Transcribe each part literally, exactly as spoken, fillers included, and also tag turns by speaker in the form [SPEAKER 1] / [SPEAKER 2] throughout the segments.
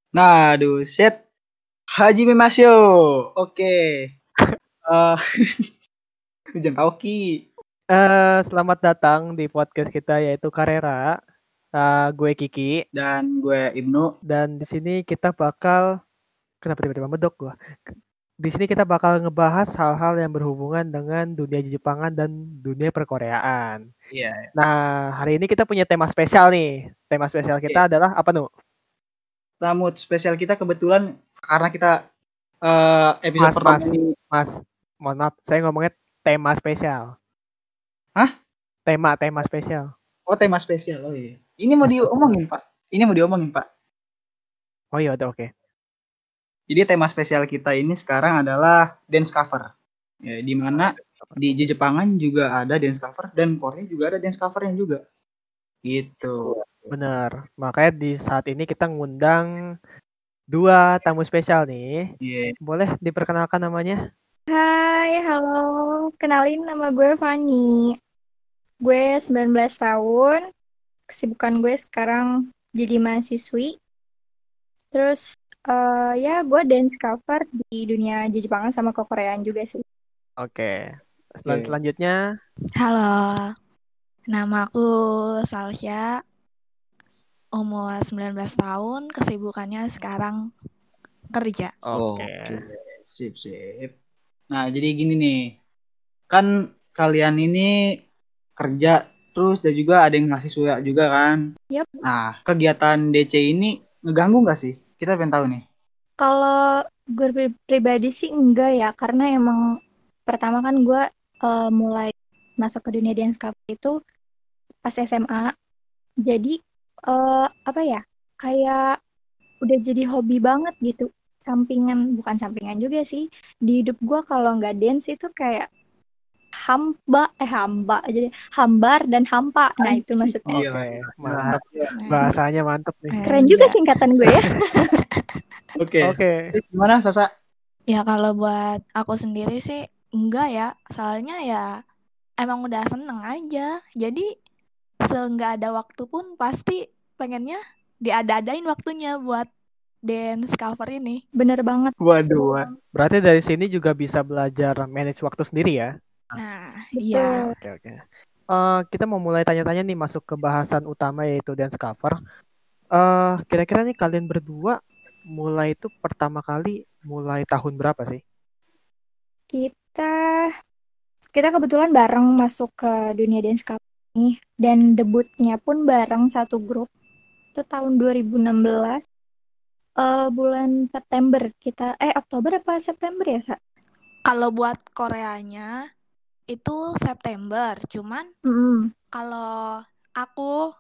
[SPEAKER 1] Nah, aduh, set. Hajime Masyo. Oke. Eh, Jangan Taoki.
[SPEAKER 2] Eh, selamat datang di podcast kita yaitu Karera. Uh, gue Kiki
[SPEAKER 1] Dan gue Ibnu.
[SPEAKER 2] dan di sini kita bakal kenapa tiba-tiba medok gue. Di sini kita bakal ngebahas hal-hal yang berhubungan dengan dunia Jepangan dan dunia perkoreaan.
[SPEAKER 1] Iya.
[SPEAKER 2] Nah, hari ini kita punya tema spesial nih. Tema spesial kita
[SPEAKER 1] Oke.
[SPEAKER 2] adalah apa, Nu?
[SPEAKER 1] Tamu spesial kita kebetulan karena kita eh, episode
[SPEAKER 2] Mas,
[SPEAKER 1] pertama
[SPEAKER 2] Mas,
[SPEAKER 1] ini.
[SPEAKER 2] Mas. Mohon maaf, saya ngomongnya tema spesial.
[SPEAKER 1] Hah?
[SPEAKER 2] Tema, tema spesial.
[SPEAKER 1] Oh, tema spesial. Oh iya. Ini mau diomongin, Pak. Ini mau diomongin, Pak.
[SPEAKER 2] Oh iya, udah oke. Okay.
[SPEAKER 1] Jadi tema spesial kita ini sekarang adalah dance cover. Ya, di mana di Jepangan juga ada dance cover dan Korea juga ada dance covernya juga. Gitu.
[SPEAKER 2] Bener. Makanya di saat ini kita ngundang dua tamu spesial nih.
[SPEAKER 1] Iya.
[SPEAKER 2] Boleh diperkenalkan namanya?
[SPEAKER 3] Hai, halo. Kenalin nama gue Fanny. Gue sembilan belas tahun. Kesibukan gue sekarang jadi mahasiswi. Terus uh, ya gue dance cover di dunia Jepangan sama Koreaan juga sih.
[SPEAKER 2] Oke. Selan- selanjutnya.
[SPEAKER 4] Halo. Nama aku Salsya. Umur sembilan belas tahun, kesibukannya sekarang kerja.
[SPEAKER 2] Oke.
[SPEAKER 1] Oke. Sip, sip. Nah, jadi gini nih. Kan kalian ini kerja terus dan juga ada yang mahasiswa juga kan?
[SPEAKER 3] Yap.
[SPEAKER 1] Nah, kegiatan D C ini ngeganggu nggak sih? Kita pengen tahu nih.
[SPEAKER 3] Kalau gue pri- pribadi sih enggak ya, karena emang pertama kan gue uh, mulai masuk ke dunia dance cover itu pas S M A. Jadi uh, apa ya? Kayak udah jadi hobi banget gitu. Sampingan, bukan sampingan juga sih. Di hidup gue kalau nggak dance itu kayak hamba, eh hamba, jadi hambar dan hampa. Nah itu maksudnya.
[SPEAKER 2] Oke, okay, mantap. Bahasanya mantap nih.
[SPEAKER 3] Keren juga singkatan gue ya.
[SPEAKER 1] Oke.
[SPEAKER 2] Oke.
[SPEAKER 1] Gimana Sasa?
[SPEAKER 4] Ya kalau buat aku sendiri sih enggak ya. Soalnya ya emang udah seneng aja. Jadi seenggak ada waktu pun pasti pengennya diada-adain waktunya buat dance cover ini.
[SPEAKER 3] Bener banget.
[SPEAKER 1] Waduh.
[SPEAKER 2] Berarti dari sini juga bisa belajar manage waktu sendiri ya?
[SPEAKER 4] Nah, iya.
[SPEAKER 2] Oke, oke. Uh, kita mau mulai tanya-tanya nih masuk ke bahasan utama yaitu dance cover. Uh, kira-kira nih kalian berdua mulai itu pertama kali mulai tahun berapa sih?
[SPEAKER 3] Kita kita kebetulan bareng masuk ke dunia dance cover ini dan debutnya pun bareng satu grup. Itu tahun dua ribu enam belas uh, bulan September kita eh Oktober apa September ya, Sa?
[SPEAKER 4] Kalau buat Koreanya itu September, cuman
[SPEAKER 3] mm.
[SPEAKER 4] kalau aku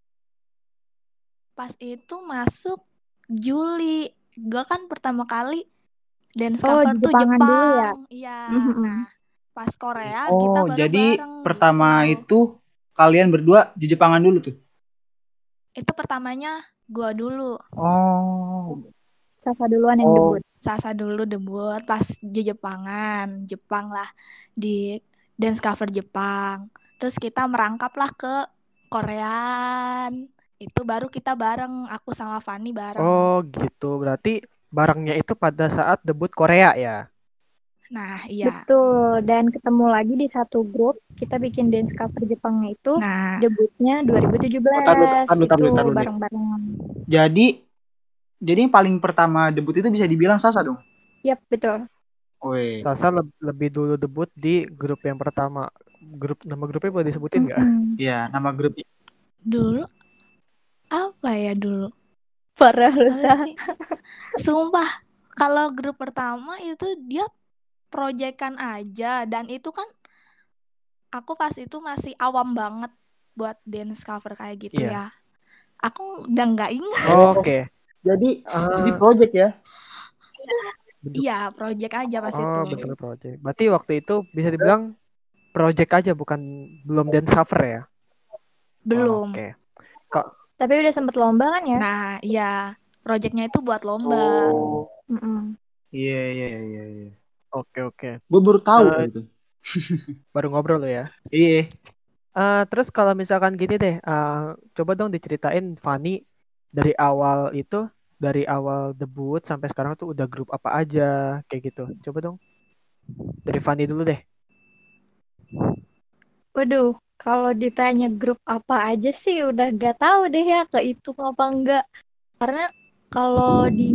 [SPEAKER 4] pas itu masuk Juli. Gue kan pertama kali dance cover
[SPEAKER 3] oh,
[SPEAKER 4] tuh
[SPEAKER 3] Jepangan
[SPEAKER 4] Jepang.
[SPEAKER 3] dulu ya?
[SPEAKER 4] Iya.
[SPEAKER 3] Mm-hmm.
[SPEAKER 4] Nah, pas Korea
[SPEAKER 1] oh,
[SPEAKER 4] kita baru
[SPEAKER 1] jadi
[SPEAKER 4] bareng.
[SPEAKER 1] Pertama
[SPEAKER 4] gitu.
[SPEAKER 1] itu kalian berdua di Jepangan dulu tuh?
[SPEAKER 4] Itu pertamanya gue dulu.
[SPEAKER 1] Oh.
[SPEAKER 3] Sasa duluan yang
[SPEAKER 1] oh.
[SPEAKER 3] debut.
[SPEAKER 4] Sasa dulu debut pas di Jepangan, Jepang lah, di dance cover Jepang. Terus kita merangkaplah ke Koreaan. Itu baru kita bareng, aku sama Fanny bareng.
[SPEAKER 2] Oh gitu, berarti barengnya itu pada saat debut Korea ya?
[SPEAKER 4] Nah iya.
[SPEAKER 3] Betul, dan ketemu lagi di satu grup, kita bikin dance cover Jepangnya itu,
[SPEAKER 4] nah.
[SPEAKER 3] debutnya dua ribu tujuh belas,
[SPEAKER 1] oh, taruh, taruh, taruh,
[SPEAKER 3] itu
[SPEAKER 1] taruh,
[SPEAKER 3] bareng-bareng.
[SPEAKER 1] Jadi Jadi yang paling pertama debut itu bisa dibilang Sasa dong?
[SPEAKER 3] Yap, betul.
[SPEAKER 1] Woi.
[SPEAKER 2] Sasa le- lebih dulu debut di grup yang pertama. Grup nama grupnya boleh disebutin nggak?
[SPEAKER 1] Iya, nama grupnya.
[SPEAKER 4] Dulu apa ya dulu?
[SPEAKER 3] Parah lu, Sa.
[SPEAKER 4] Sumpah, kalau grup pertama itu dia proyekan aja, dan itu kan aku pas itu masih awam banget buat dance cover kayak gitu
[SPEAKER 2] Iya.
[SPEAKER 4] ya. Aku udah nggak ingat.
[SPEAKER 2] Oh, Oke. Okay.
[SPEAKER 1] Jadi
[SPEAKER 2] uh,
[SPEAKER 1] jadi project ya?
[SPEAKER 4] Iya, project aja pas
[SPEAKER 2] oh,
[SPEAKER 4] itu.
[SPEAKER 2] Oh, betul project. Berarti waktu itu bisa dibilang project aja, bukan belum dance cover ya?
[SPEAKER 4] Belum.
[SPEAKER 2] Oh, Oke. Okay. Kok
[SPEAKER 3] tapi udah sempet lomba kan ya?
[SPEAKER 4] Nah, iya. Projectnya itu buat lomba.
[SPEAKER 1] Oh.
[SPEAKER 3] Iya,
[SPEAKER 1] iya, iya, iya.
[SPEAKER 2] Oke, oke.
[SPEAKER 1] Gue baru tahu
[SPEAKER 2] uh,
[SPEAKER 1] itu.
[SPEAKER 2] Baru ngobrol lo ya?
[SPEAKER 1] Iya.
[SPEAKER 2] Uh, terus kalau misalkan gini deh, uh, coba dong diceritain Fanny dari awal itu dari awal debut sampai sekarang tuh udah grup apa aja kayak gitu. Coba dong. Dari Fanny dulu deh.
[SPEAKER 3] Waduh, kalau ditanya grup apa aja sih udah gak tahu deh ya kehitung apa enggak. Karena kalau di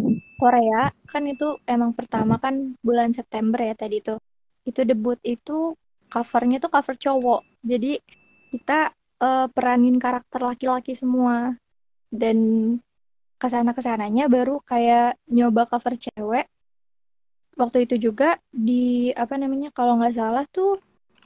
[SPEAKER 3] Korea kan itu emang pertama kan bulan September ya tadi tuh. Itu debut itu covernya tuh cover cowok. Jadi kita eh, peranin karakter laki-laki semua. Dan kesana-kesananya baru kayak nyoba cover cewek. Waktu itu juga di apa namanya kalau nggak salah tuh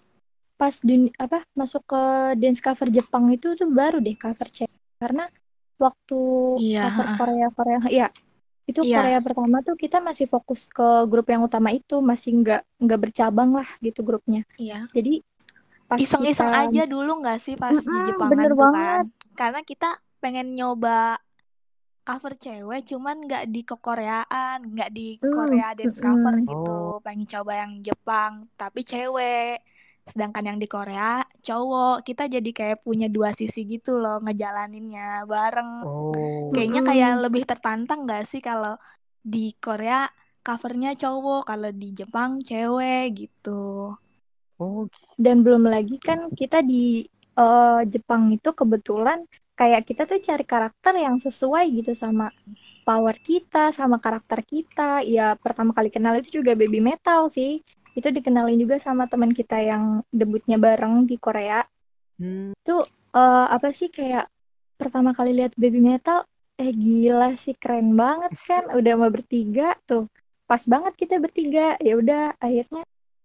[SPEAKER 3] pas di apa masuk ke dance cover Jepang itu tuh baru deh cover cewek. Karena waktu
[SPEAKER 4] Iya,
[SPEAKER 3] cover
[SPEAKER 4] heeh.
[SPEAKER 3] Korea Korea ya itu
[SPEAKER 4] Iya,
[SPEAKER 3] Korea pertama tuh kita masih fokus ke grup yang utama itu, masih nggak nggak bercabang lah gitu grupnya.
[SPEAKER 4] iya.
[SPEAKER 3] Jadi pas
[SPEAKER 4] Iseng-iseng
[SPEAKER 3] kita
[SPEAKER 4] aja dulu nggak sih pas di
[SPEAKER 3] Mm-mm,
[SPEAKER 4] Jepangan
[SPEAKER 3] bener
[SPEAKER 4] tuh
[SPEAKER 3] banget.
[SPEAKER 4] kan? Karena kita pengen nyoba cover cewek cuman nggak di kekoreaan, nggak di
[SPEAKER 3] Mm,
[SPEAKER 4] Korea dance cover
[SPEAKER 3] mm-mm.
[SPEAKER 2] Oh,
[SPEAKER 4] gitu. Pengen coba yang Jepang tapi cewek. Sedangkan yang di Korea cowok. Kita jadi kayak punya dua sisi gitu loh ngejalaninnya bareng.
[SPEAKER 2] oh,
[SPEAKER 4] Kayaknya kayak
[SPEAKER 3] Mm-mm.
[SPEAKER 4] lebih tertantang nggak sih kalau di Korea covernya cowok, kalau di Jepang cewek gitu.
[SPEAKER 2] oh,
[SPEAKER 3] Dan belum lagi kan kita di eh, Jepang itu kebetulan kayak kita tuh cari karakter yang sesuai gitu sama power kita, sama karakter kita. Ya pertama kali kenal itu juga Baby Metal sih. Itu dikenalin juga sama teman kita yang debutnya bareng di Korea.
[SPEAKER 2] hmm,
[SPEAKER 3] Itu eh, apa sih kayak pertama kali lihat Baby Metal, eh gila sih keren banget kan. Udah mau bertiga tuh. Pas banget kita bertiga. Ya udah akhirnya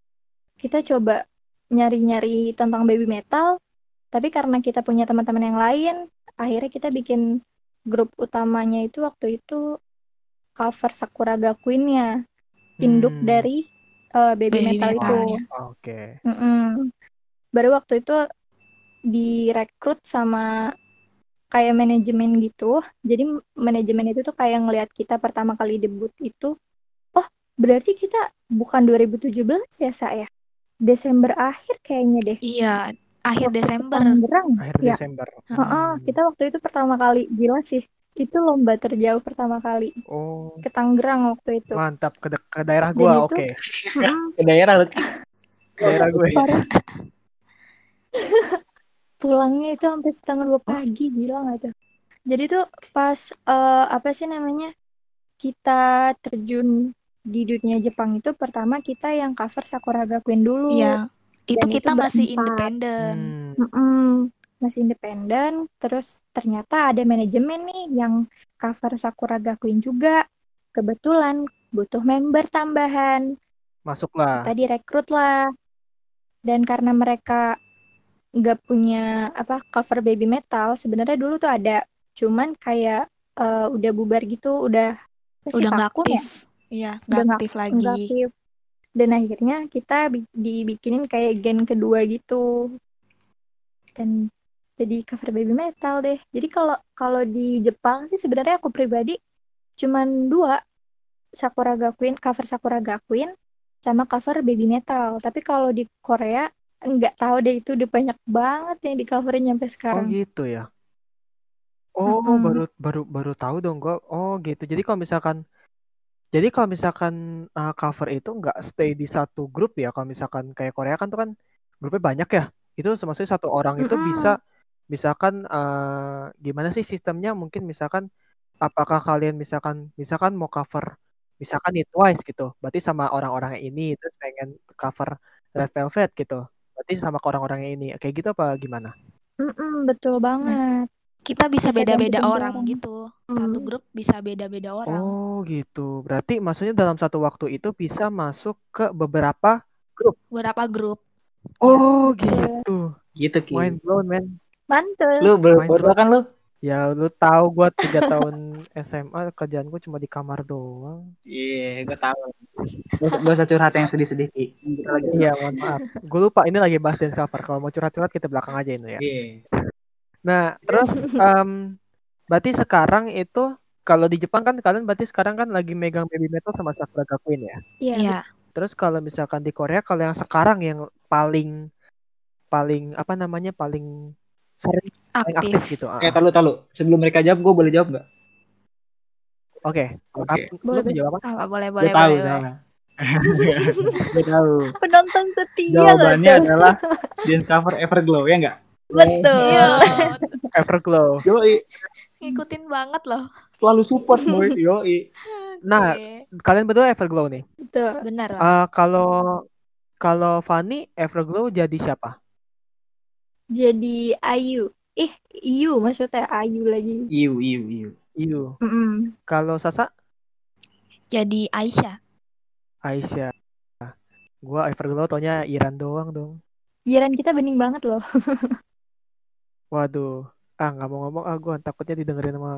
[SPEAKER 3] kita coba nyari-nyari tentang Baby Metal, tapi karena kita punya teman-teman yang lain, akhirnya kita bikin grup utamanya itu waktu itu cover Sakuraga Queen-nya, induk
[SPEAKER 2] hmm,
[SPEAKER 3] dari eh, Baby
[SPEAKER 4] Baby
[SPEAKER 3] Metal itu.
[SPEAKER 4] metalnya.
[SPEAKER 2] oke.
[SPEAKER 3] Mm-mm. Baru waktu itu direkrut sama kayak manajemen gitu. Jadi manajemen itu tuh kayak ngelihat kita pertama kali debut itu, oh berarti kita bukan dua ribu tujuh belas ya, saya Desember akhir kayaknya deh.
[SPEAKER 4] Iya, akhir
[SPEAKER 3] Waktu ke
[SPEAKER 4] Desember.
[SPEAKER 3] Tangerang
[SPEAKER 2] Akhir
[SPEAKER 3] ya.
[SPEAKER 2] Desember.
[SPEAKER 3] Heeh,
[SPEAKER 2] Hmm,
[SPEAKER 3] kita waktu itu pertama kali gila sih. Itu lomba terjauh pertama kali
[SPEAKER 2] oh,
[SPEAKER 3] ke Tangerang waktu itu.
[SPEAKER 2] mantap ke, de- ke daerah
[SPEAKER 3] Dan
[SPEAKER 2] gua.
[SPEAKER 3] itu
[SPEAKER 2] Oke,
[SPEAKER 3] mm-mm,
[SPEAKER 1] Ke daerah lu.
[SPEAKER 2] daerah gue.
[SPEAKER 3] parah. Pulangnya itu sampai setengah dua
[SPEAKER 2] Hah?
[SPEAKER 3] pagi, gila nggak tuh? Jadi tuh pas eh, apa sih namanya kita terjun di dunia Jepang itu pertama kita yang cover Sakuraga Queen dulu.
[SPEAKER 4] Iya, itu
[SPEAKER 3] Dan itu
[SPEAKER 4] kita masih
[SPEAKER 3] berempat.
[SPEAKER 4] independen.
[SPEAKER 2] Hmm,
[SPEAKER 3] Mm-mm, masih independen. Terus ternyata ada manajemen nih yang cover Sakuraga Queen juga. Kebetulan butuh member tambahan. Kita
[SPEAKER 2] masuklah.
[SPEAKER 3] direkrut lah. Dan karena mereka nggak punya apa cover Baby Metal, sebenarnya dulu tuh ada. Cuman kayak eh, udah bubar gitu, udah apa sih
[SPEAKER 4] Udah nggak
[SPEAKER 3] vakum ya?
[SPEAKER 4] aktif. Iya, nggak
[SPEAKER 3] Udah nggak
[SPEAKER 4] aktif
[SPEAKER 3] nggak
[SPEAKER 4] lagi.
[SPEAKER 3] aktif. Dan akhirnya kita bi- dibikinin kayak gen kedua gitu. Dan jadi cover Baby Metal deh. Jadi kalau kalau di Jepang sih sebenarnya aku pribadi cuman dua, Sakuraga Queen, cover Sakuraga Queen sama cover Baby Metal. Tapi kalau di Korea nggak tahu deh itu udah banyak banget yang di coverin sampai
[SPEAKER 2] Oh
[SPEAKER 3] sekarang.
[SPEAKER 2] gitu ya. Oh baru
[SPEAKER 3] Mm-mm.
[SPEAKER 2] baru baru tahu dong gua. Oh gitu. Jadi kalau misalkan Jadi kalau misalkan uh, cover itu nggak stay di satu grup ya, kalau misalkan kayak Korea kan tuh kan grupnya banyak ya. Itu maksudnya satu orang itu bisa
[SPEAKER 3] Mm-mm.
[SPEAKER 2] misalkan uh, gimana sih sistemnya? Mungkin misalkan apakah kalian misalkan misalkan mau cover misalkan nih Twice gitu. Berarti sama orang-orang yang ini terus pengen cover Red Velvet gitu. Berarti sama ke orang-orang yang ini. Kayak gitu apa gimana?
[SPEAKER 3] Mm-mm, betul
[SPEAKER 4] Nah,
[SPEAKER 3] banget.
[SPEAKER 4] kita bisa
[SPEAKER 3] Bisa
[SPEAKER 4] beda-beda
[SPEAKER 3] ganti-ganti
[SPEAKER 4] orang
[SPEAKER 3] orang.
[SPEAKER 4] gitu. Satu
[SPEAKER 3] Mm.
[SPEAKER 4] grup bisa beda-beda orang.
[SPEAKER 2] Oh gitu. Berarti maksudnya dalam satu waktu itu bisa masuk ke beberapa grup.
[SPEAKER 4] Beberapa grup. Ya.
[SPEAKER 2] Oh
[SPEAKER 3] Betul.
[SPEAKER 2] gitu.
[SPEAKER 1] Gitu Ki.
[SPEAKER 2] Mind blown man.
[SPEAKER 3] Mantul.
[SPEAKER 1] Lu baru
[SPEAKER 2] Mind
[SPEAKER 1] baru
[SPEAKER 2] blown.
[SPEAKER 1] kan lu?
[SPEAKER 2] Ya lu tahu gue tiga tahun S M A kerjaan gue cuma di kamar doang.
[SPEAKER 1] Iya, gue tahu. Gak usah curhat yang sedih-sedih Ki. Kita lagi
[SPEAKER 2] Iya mohon maaf. Gue lupa ini lagi bahas dance cover. Kalau mau curhat-curhat kita belakang aja ini ya.
[SPEAKER 1] Iya.
[SPEAKER 2] Nah terus em, berarti sekarang itu kalau di Jepang kan kalian berarti sekarang kan lagi megang Baby Metal sama Sakura Queen ya.
[SPEAKER 3] Iya.
[SPEAKER 4] Iya.
[SPEAKER 2] Terus kalau misalkan di Korea kalau yang sekarang yang paling paling apa namanya paling sering paling aktif
[SPEAKER 4] Aktif.
[SPEAKER 2] gitu. Ah,
[SPEAKER 1] Eh,
[SPEAKER 2] ah.
[SPEAKER 1] tahu tahu. Sebelum mereka jawab, gue boleh jawab nggak?
[SPEAKER 2] Oke.
[SPEAKER 1] Oke.
[SPEAKER 2] Ap-
[SPEAKER 3] Boleh,
[SPEAKER 2] Lu mau jawab apa?
[SPEAKER 4] Apa boleh
[SPEAKER 1] Gue
[SPEAKER 4] boleh
[SPEAKER 1] tahu,
[SPEAKER 4] boleh boleh.
[SPEAKER 1] tahu. Gue tahu.
[SPEAKER 3] Penonton setia
[SPEAKER 1] Jawabannya
[SPEAKER 3] nggak tuh?
[SPEAKER 1] adalah dance cover Everglow, ya nggak?
[SPEAKER 3] Betul.
[SPEAKER 4] Iya,
[SPEAKER 2] Everglow.
[SPEAKER 1] Yoi,
[SPEAKER 4] ngikutin banget loh.
[SPEAKER 1] selalu support boy. Yoi.
[SPEAKER 2] Nah,
[SPEAKER 4] Oke.
[SPEAKER 2] kalian berdua Everglow nih.
[SPEAKER 3] Betul.
[SPEAKER 4] Benar Bang.
[SPEAKER 2] Eh, kalau kalau Fanny Everglow jadi siapa?
[SPEAKER 3] Jadi Ayu. Ih, Iyu maksudnya Ayu lagi.
[SPEAKER 1] Iu, iu, iu.
[SPEAKER 2] Iu.
[SPEAKER 3] Mm-mm.
[SPEAKER 2] Kalau Sasa
[SPEAKER 4] Jadi Aisyah.
[SPEAKER 2] Aisyah. Gua Everglow taunya Iran doang dong.
[SPEAKER 3] Giran kita bening banget loh.
[SPEAKER 2] Waduh. Ah, nggak mau ngomong, ah gue takutnya didengerin sama.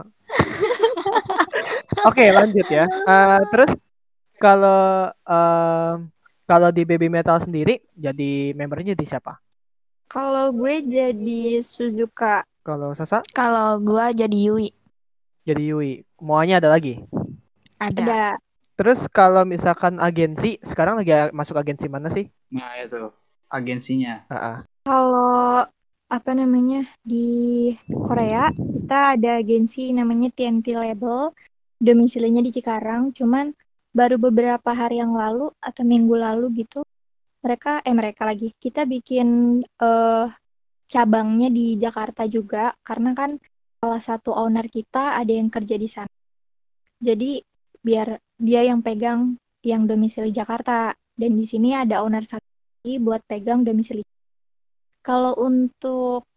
[SPEAKER 2] Oke, lanjut ya. Eh, terus kalau em, kalau di Baby Metal sendiri jadi membernya di siapa?
[SPEAKER 3] Kalau gue jadi Suzuka.
[SPEAKER 2] Kalau Sasa
[SPEAKER 4] Kalau gua jadi Yui.
[SPEAKER 2] jadi Yui. Semuanya ada lagi.
[SPEAKER 4] Ada.
[SPEAKER 3] Ada.
[SPEAKER 2] Terus kalau misalkan agensi, sekarang lagi a- masuk agensi mana sih?
[SPEAKER 1] Nah itu agensinya.
[SPEAKER 2] Ah, ah.
[SPEAKER 3] Kalau apa namanya di Korea kita ada agensi namanya T N T Label, domisilinya di Cikarang. Cuman baru beberapa hari yang lalu atau minggu lalu gitu mereka eh mereka lagi kita bikin eh, cabangnya di Jakarta juga karena kan salah satu owner kita ada yang kerja di sana. Jadi biar dia yang pegang yang domisili Jakarta dan di sini ada owner satu lagi buat pegang domisili. Kalau untuk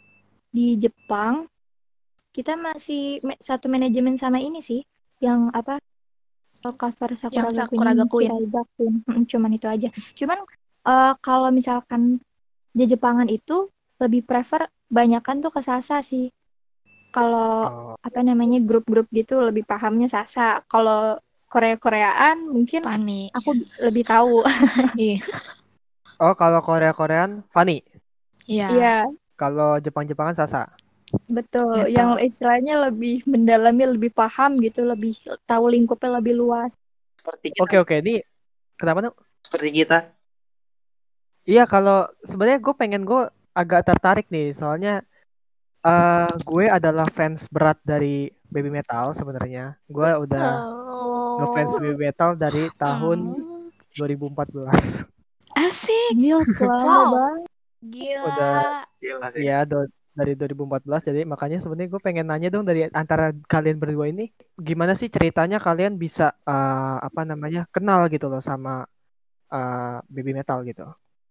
[SPEAKER 3] di Jepang kita masih me- satu manajemen sama ini sih yang apa cover Sakura
[SPEAKER 4] Yang
[SPEAKER 3] Gakuin
[SPEAKER 4] Sakura
[SPEAKER 3] ini,
[SPEAKER 4] Gakuin.
[SPEAKER 3] Shirai Gakuin. Mm, cuman itu aja. Cuman eh, kalau misalkan di Jepangan itu lebih prefer banyakan tuh ke Sasa sih. Kalau
[SPEAKER 2] Oh.
[SPEAKER 3] apa namanya grup-grup gitu lebih pahamnya Sasa. Kalau Korea-Koreaan mungkin
[SPEAKER 4] Fanny.
[SPEAKER 3] aku lebih tahu.
[SPEAKER 4] Iya.
[SPEAKER 2] Oh, kalau Korea-Korean Fanny.
[SPEAKER 4] Iya.
[SPEAKER 3] Iya,
[SPEAKER 2] Kalau Jepang-Jepangan Sasa.
[SPEAKER 3] betul.
[SPEAKER 4] Betul.
[SPEAKER 3] Yang istilahnya lebih mendalami, lebih paham gitu, lebih tahu lingkupnya lebih luas.
[SPEAKER 1] Seperti kita.
[SPEAKER 2] Oke, oke. Ini kenapa tuh?
[SPEAKER 1] Seperti kita.
[SPEAKER 2] Iya, kalau sebenarnya gue pengen gue agak tertarik nih, soalnya eh gue adalah fans berat dari Baby Metal sebenarnya. Gue udah ngefans
[SPEAKER 4] Oh.
[SPEAKER 2] Baby Metal dari tahun
[SPEAKER 4] Hmm.
[SPEAKER 2] dua ribu empat belas.
[SPEAKER 4] Asik.
[SPEAKER 3] Gils, lama
[SPEAKER 4] Wow.
[SPEAKER 3] banget.
[SPEAKER 4] Gila.
[SPEAKER 2] Udah,
[SPEAKER 1] Gila sih.
[SPEAKER 2] ya do- dari dua ribu empat belas. Jadi makanya sebenarnya gue pengen nanya dong dari antara kalian berdua ini, gimana sih ceritanya kalian bisa eh, apa namanya kenal gitu loh sama eh, Baby Metal gitu.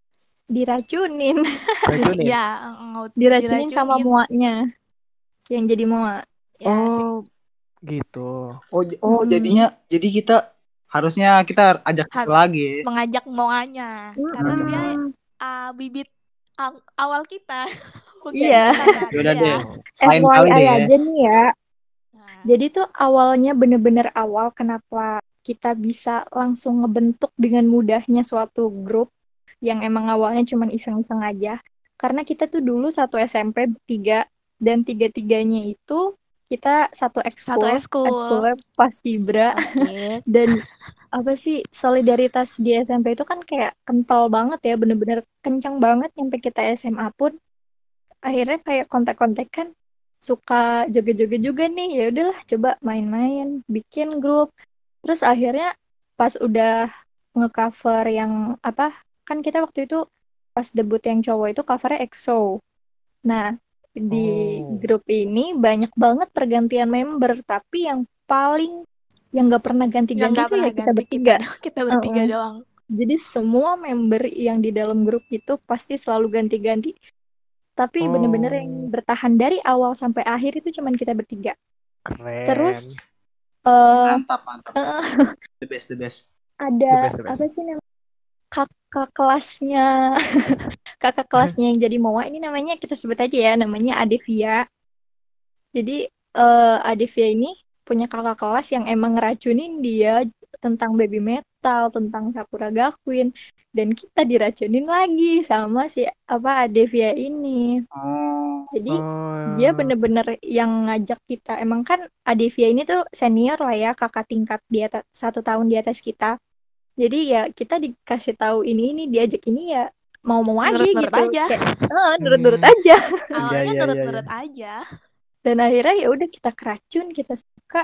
[SPEAKER 3] Diracunin.
[SPEAKER 2] Racunin.
[SPEAKER 4] Ya, nggak-
[SPEAKER 3] Diracunin sama
[SPEAKER 4] diracunin.
[SPEAKER 3] muaknya. Yang jadi muak.
[SPEAKER 4] Ya, sih.
[SPEAKER 2] Oh, gitu.
[SPEAKER 1] Oh, j- oh
[SPEAKER 3] Hmm.
[SPEAKER 1] jadinya jadi kita harusnya kita ajak
[SPEAKER 4] Har-
[SPEAKER 1] lagi.
[SPEAKER 4] Mengajak Moanya. Karena
[SPEAKER 3] Mm-mm.
[SPEAKER 4] dia uh, bibit ang- awal kita. Bukan
[SPEAKER 3] Iya.
[SPEAKER 4] kita kan.
[SPEAKER 1] Yaudah
[SPEAKER 4] Iya.
[SPEAKER 1] deh. Lain kali
[SPEAKER 3] F Y I
[SPEAKER 1] deh ya.
[SPEAKER 3] aja nih ya.
[SPEAKER 4] Nah,
[SPEAKER 3] Jadi tuh awalnya bener-bener awal kenapa kita bisa langsung ngebentuk dengan mudahnya suatu grup yang emang awalnya cuman iseng-iseng aja. Karena kita tuh dulu satu S M P bertiga dan tiga-tiganya itu kita satu
[SPEAKER 4] Satu
[SPEAKER 3] ekskul,
[SPEAKER 4] ekskul.
[SPEAKER 3] ekskulnya Paskibra.
[SPEAKER 4] Oke.
[SPEAKER 3] Dan apa sih solidaritas di S M P itu kan kayak kental banget ya, bener-bener kencang banget sampai kita S M A pun akhirnya kayak kontak-kontakan suka joget-joget juga nih, ya udahlah coba main-main bikin grup. Terus akhirnya pas udah ngecover yang apa kan kita waktu itu pas debut yang cowok itu covernya E X O. Nah di
[SPEAKER 2] Oh.
[SPEAKER 3] grup ini banyak banget pergantian member, tapi yang paling yang nggak pernah
[SPEAKER 4] Yang
[SPEAKER 3] ganti-ganti
[SPEAKER 4] nggak
[SPEAKER 3] itu
[SPEAKER 4] pernah
[SPEAKER 3] ya kita
[SPEAKER 4] ganti
[SPEAKER 3] bertiga.
[SPEAKER 4] kita, kita bertiga
[SPEAKER 3] Uh-uh.
[SPEAKER 4] doang.
[SPEAKER 3] Jadi semua member yang di dalam grup itu pasti selalu ganti-ganti. Tapi bener-bener yang
[SPEAKER 2] Oh,
[SPEAKER 3] bertahan dari awal sampai akhir itu cuman kita bertiga.
[SPEAKER 2] keren.
[SPEAKER 3] Terus eh
[SPEAKER 1] Mantap, mantap.
[SPEAKER 3] eh,
[SPEAKER 1] The best, the best.
[SPEAKER 2] The
[SPEAKER 3] ada
[SPEAKER 2] best, the best.
[SPEAKER 3] apa sih namanya kakak kelasnya kakak kelasnya yang jadi Moa ini namanya kita sebut aja ya namanya Adevia. Jadi eh Adevia ini punya kakak kelas yang emang ngeracunin dia tentang Baby Metal, tentang Sakura Gakuin, dan kita diracunin lagi sama si apa Adevia ini.
[SPEAKER 1] Oh,
[SPEAKER 3] Jadi dia
[SPEAKER 2] Oh,
[SPEAKER 3] bener-bener yang ngajak kita. Emang kan Adevia ini tuh senior lah ya, kakak tingkat di atas satu tahun di atas kita. Jadi ya kita dikasih tahu ini ini diajak ini ya mau-mau aja
[SPEAKER 4] Nurut-nurut
[SPEAKER 3] gitu.
[SPEAKER 4] aja.
[SPEAKER 3] Kayak eh, nurut-nurut
[SPEAKER 2] hmm,
[SPEAKER 3] aja.
[SPEAKER 2] ya
[SPEAKER 4] Awalnya
[SPEAKER 2] ya ya ya.
[SPEAKER 4] nurut-nurut aja.
[SPEAKER 3] Dan akhirnya ya udah kita keracun, kita suka.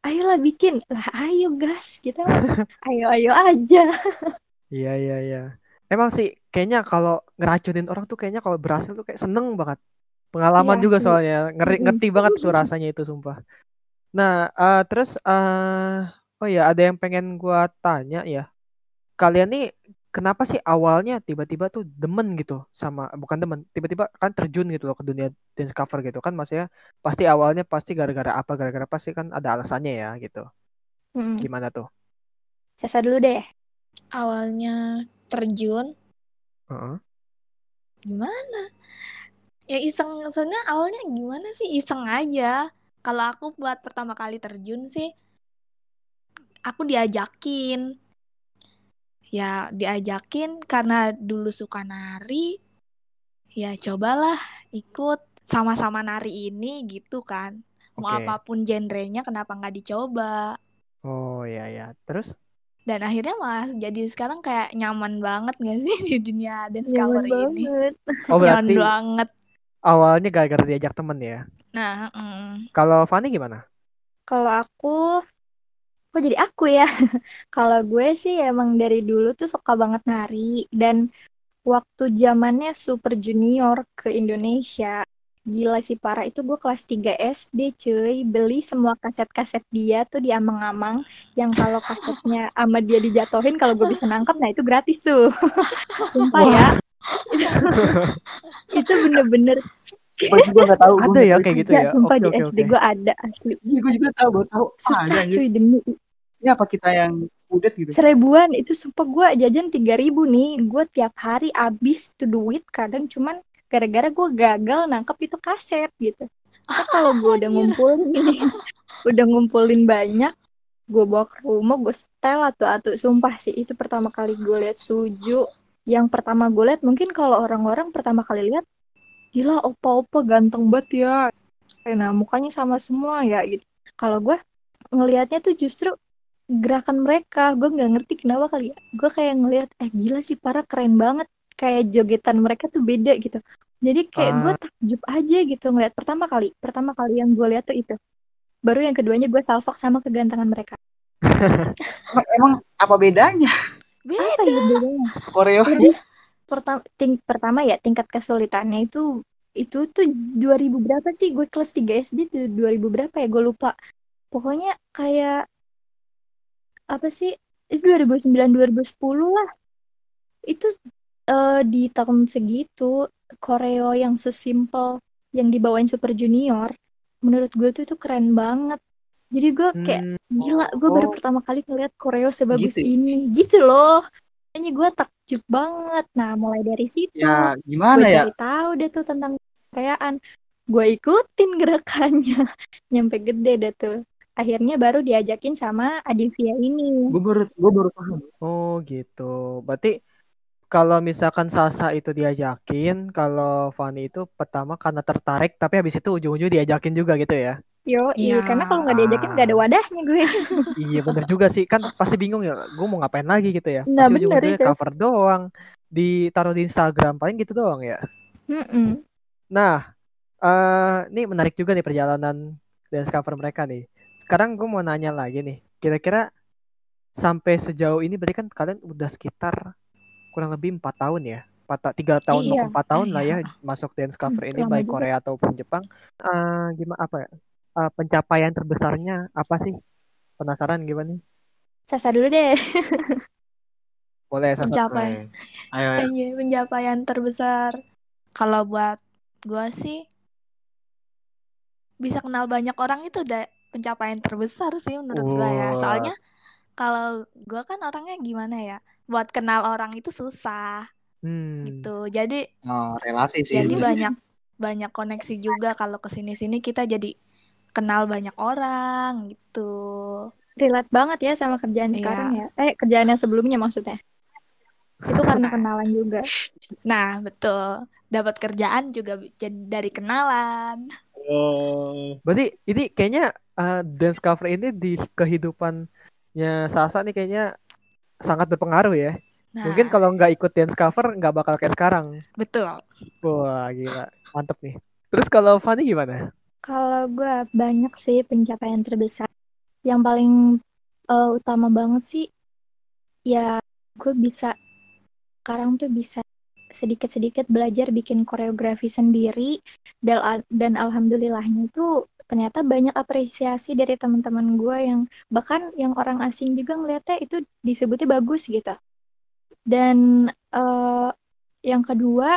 [SPEAKER 3] ayolah bikin. Lah ayo gas, kita mah ayo-ayo aja.
[SPEAKER 2] Iya iya iya. Emang sih kayaknya kalau ngeracunin orang tuh kayaknya kalau berhasil tuh kayak seneng banget. Pengalaman
[SPEAKER 3] Iya
[SPEAKER 2] juga
[SPEAKER 3] sih.
[SPEAKER 2] soalnya ngeri,
[SPEAKER 3] Mm-mm.
[SPEAKER 2] ngerti banget tuh rasanya itu sumpah. Nah, eh, terus eh oh ya ada yang pengen gua tanya ya. Kalian nih kenapa sih awalnya tiba-tiba tuh demen gitu sama bukan demen, tiba-tiba kan terjun gitu loh ke dunia dance cover gitu kan maksudnya pasti awalnya pasti gara-gara apa gara-gara pasti kan ada alasannya ya gitu.
[SPEAKER 3] Mm.
[SPEAKER 2] Gimana tuh?
[SPEAKER 3] Sasa dulu deh.
[SPEAKER 4] Awalnya terjun
[SPEAKER 2] Heeh.
[SPEAKER 4] gimana? Ya iseng, sebenarnya awalnya gimana sih? Iseng aja. Kalau aku buat pertama kali terjun sih, aku diajakin. Ya diajakin karena dulu suka nari, ya cobalah ikut sama-sama nari ini gitu kan. Mau
[SPEAKER 2] Oke.
[SPEAKER 4] apapun genrenya kenapa nggak dicoba?
[SPEAKER 2] Oh ya ya. Terus?
[SPEAKER 4] Dan akhirnya malah jadi sekarang kayak nyaman banget gak sih di dunia dance
[SPEAKER 3] Nyaman
[SPEAKER 4] cover ini?
[SPEAKER 3] banget.
[SPEAKER 2] Oh
[SPEAKER 4] Nyaman
[SPEAKER 2] berarti
[SPEAKER 4] banget.
[SPEAKER 2] awalnya gara-gara diajak temen ya.
[SPEAKER 4] Nah, mm,
[SPEAKER 2] Kalau Fani gimana?
[SPEAKER 3] Kalau aku, kok jadi aku ya? Kalau gue sih emang dari dulu tuh suka banget nari. Dan waktu zamannya Super Junior ke Indonesia, gila sih parah, itu gue kelas tiga S D cuy, beli semua kaset-kaset dia tuh di amang-amang, yang kalau kasetnya sama dia dijatuhin kalau gue bisa nangkep, nah itu gratis tuh. Sumpah ya, itu bener-bener
[SPEAKER 1] Gue juga nggak tahu.
[SPEAKER 2] Ada ya kayak gitu
[SPEAKER 3] ya,
[SPEAKER 2] ya.
[SPEAKER 3] sumpah
[SPEAKER 2] Oke
[SPEAKER 3] di
[SPEAKER 2] oke
[SPEAKER 3] S D
[SPEAKER 2] oke.
[SPEAKER 3] gue ada asli.
[SPEAKER 1] Iya, gue juga tahu, baru tahu. Ah,
[SPEAKER 3] Susah
[SPEAKER 1] ada,
[SPEAKER 3] cuy demi
[SPEAKER 1] ini apa kita yang udet gitu?
[SPEAKER 3] seribuan itu, sumpah gue jajan tiga ribu nih, gue tiap hari abis tuh duit, kadang cuman gara-gara gue gagal nangkep itu kaset gitu. Tapi kalau gue udah
[SPEAKER 4] Anjir.
[SPEAKER 3] ngumpulin gini, udah ngumpulin banyak, gue bawa ke rumah, gue setel atu-atu. Sumpah sih, itu pertama kali gue lihat Suju. Yang pertama gue lihat, mungkin kalau orang-orang pertama kali lihat, gila opa-opa ganteng banget ya. Nah, mukanya sama semua ya gitu. Kalau gue ngelihatnya tuh justru gerakan mereka, gue nggak ngerti kenapa kali ya. Gue kayak ngelihat, eh gila sih para keren banget. Kayak jogetan mereka tuh beda gitu. Jadi kayak gue
[SPEAKER 2] Ah,
[SPEAKER 3] takjub aja gitu ngeliat pertama kali. Pertama kali yang gue lihat tuh itu. Baru yang keduanya gue salfok sama kegantengan mereka.
[SPEAKER 1] Emang, emang apa bedanya
[SPEAKER 3] Apa
[SPEAKER 4] Beda.
[SPEAKER 3] ya bedanya?
[SPEAKER 1] koreo?
[SPEAKER 3] Jadi pertama, ting- pertama ya tingkat kesulitannya itu itu tuh dua ribu berapa sih? Gue kelas tiga S D tuh dua ribu berapa ya? Gue lupa. Pokoknya kayak apa sih? Itu dua ribu sembilan dua ribu sepuluh lah. Itu eh, di tahun segitu koreo yang sesimpel yang dibawain Super Junior, menurut gue tuh itu keren banget. Jadi gue kayak
[SPEAKER 2] hmm,
[SPEAKER 3] gila, gue baru
[SPEAKER 1] Oh,
[SPEAKER 3] pertama kali ngeliat koreo sebagus
[SPEAKER 1] gitu.
[SPEAKER 3] ini gitu loh. Kayaknya gue takjub banget. Nah, mulai dari situ
[SPEAKER 1] Ya,
[SPEAKER 3] gue
[SPEAKER 1] gimana ya?
[SPEAKER 3] cari tahu deh tuh tentang koreaan. Gue ikutin gerakannya nyampe gede deh tuh. Akhirnya baru diajakin sama Adivia ini.
[SPEAKER 1] Gue baru, gue baru paham.
[SPEAKER 2] oh gitu. Berarti kalau misalkan Sasa itu diajakin, kalau Fani itu pertama karena tertarik, tapi habis itu ujung-ujung diajakin juga gitu ya?
[SPEAKER 3] Yo,
[SPEAKER 4] Iya.
[SPEAKER 3] karena kalau nggak diajakin nggak ada
[SPEAKER 2] Ah,
[SPEAKER 3] wadahnya gue.
[SPEAKER 2] iya bener juga sih. Kan pasti bingung ya, gue mau ngapain lagi gitu ya.
[SPEAKER 3] Nah,
[SPEAKER 2] Pasti
[SPEAKER 3] bener
[SPEAKER 2] ujung-ujungnya
[SPEAKER 3] itu.
[SPEAKER 2] cover doang, ditaruh di Instagram, paling gitu doang ya.
[SPEAKER 3] Mm-mm.
[SPEAKER 2] Nah, eh ini menarik juga nih perjalanan dance cover mereka nih. Sekarang gue mau nanya lagi nih, kira-kira sampai sejauh ini berarti kan kalian udah sekitar kurang lebih empat tahun ya, empat ta- tiga tahun mau
[SPEAKER 3] Iya,
[SPEAKER 2] empat tahun lah ya
[SPEAKER 4] Iya.
[SPEAKER 2] masuk dance
[SPEAKER 3] Hmm,
[SPEAKER 2] cover ini
[SPEAKER 3] lama
[SPEAKER 2] baik
[SPEAKER 3] juga.
[SPEAKER 2] Korea ataupun Jepang. Eh gimana apa ya? Eh, pencapaian terbesarnya apa sih? Penasaran gimana nih?
[SPEAKER 3] Sasa dulu deh.
[SPEAKER 2] Boleh Sasa.
[SPEAKER 4] Pencapaian.
[SPEAKER 1] Oke. Ayo, ayo.
[SPEAKER 4] Anjir, pencapaian terbesar. Kalau buat gue sih bisa kenal banyak orang itu udah pencapaian terbesar sih menurut gue ya.
[SPEAKER 2] Wah,
[SPEAKER 4] Soalnya kalau gue kan orangnya gimana ya, buat kenal orang itu susah
[SPEAKER 2] hmm,
[SPEAKER 4] gitu. Jadi
[SPEAKER 1] Oh, relasi sih.
[SPEAKER 4] jadi
[SPEAKER 1] itu.
[SPEAKER 4] banyak banyak koneksi juga kalau kesini-sini kita jadi kenal banyak orang gitu.
[SPEAKER 3] Relate banget ya sama kerjaan sekarang
[SPEAKER 4] Iya.
[SPEAKER 3] ya. Eh, kerjaan yang sebelumnya maksudnya. Itu karena kenalan juga.
[SPEAKER 4] Nah, betul. Dapat kerjaan juga jadi dari kenalan.
[SPEAKER 1] Oh,
[SPEAKER 2] berarti ini kayaknya eh, dance cover ini di kehidupannya Sasa nih kayaknya sangat berpengaruh ya. Mungkin
[SPEAKER 4] Nah,
[SPEAKER 2] kalau nggak ikut dance cover nggak bakal kayak sekarang.
[SPEAKER 4] betul.
[SPEAKER 2] Wah gila, mantep nih. Terus kalau Fanny gimana?
[SPEAKER 3] Kalau gue banyak sih pencapaian terbesar. yang paling uh, utama banget sih ya gue bisa sekarang tuh bisa sedikit-sedikit belajar bikin koreografi sendiri dan dan alhamdulillahnya itu ternyata banyak apresiasi dari teman-teman gue yang bahkan yang orang asing juga ngeliatnya itu disebutnya bagus gitu. Dan uh, yang kedua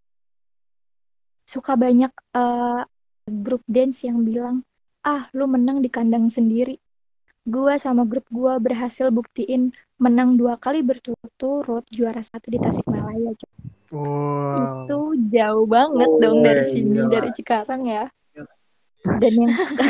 [SPEAKER 3] suka banyak uh, grup dance yang bilang ah lu menang di kandang sendiri. Gue sama grup gue berhasil buktiin menang dua kali berturut-turut juara satu di Tasikmalaya.
[SPEAKER 2] Wow.
[SPEAKER 3] Itu jauh banget
[SPEAKER 1] Oh,
[SPEAKER 3] dong dari sini,
[SPEAKER 1] gila.
[SPEAKER 3] dari Cikarang ya. Dan yang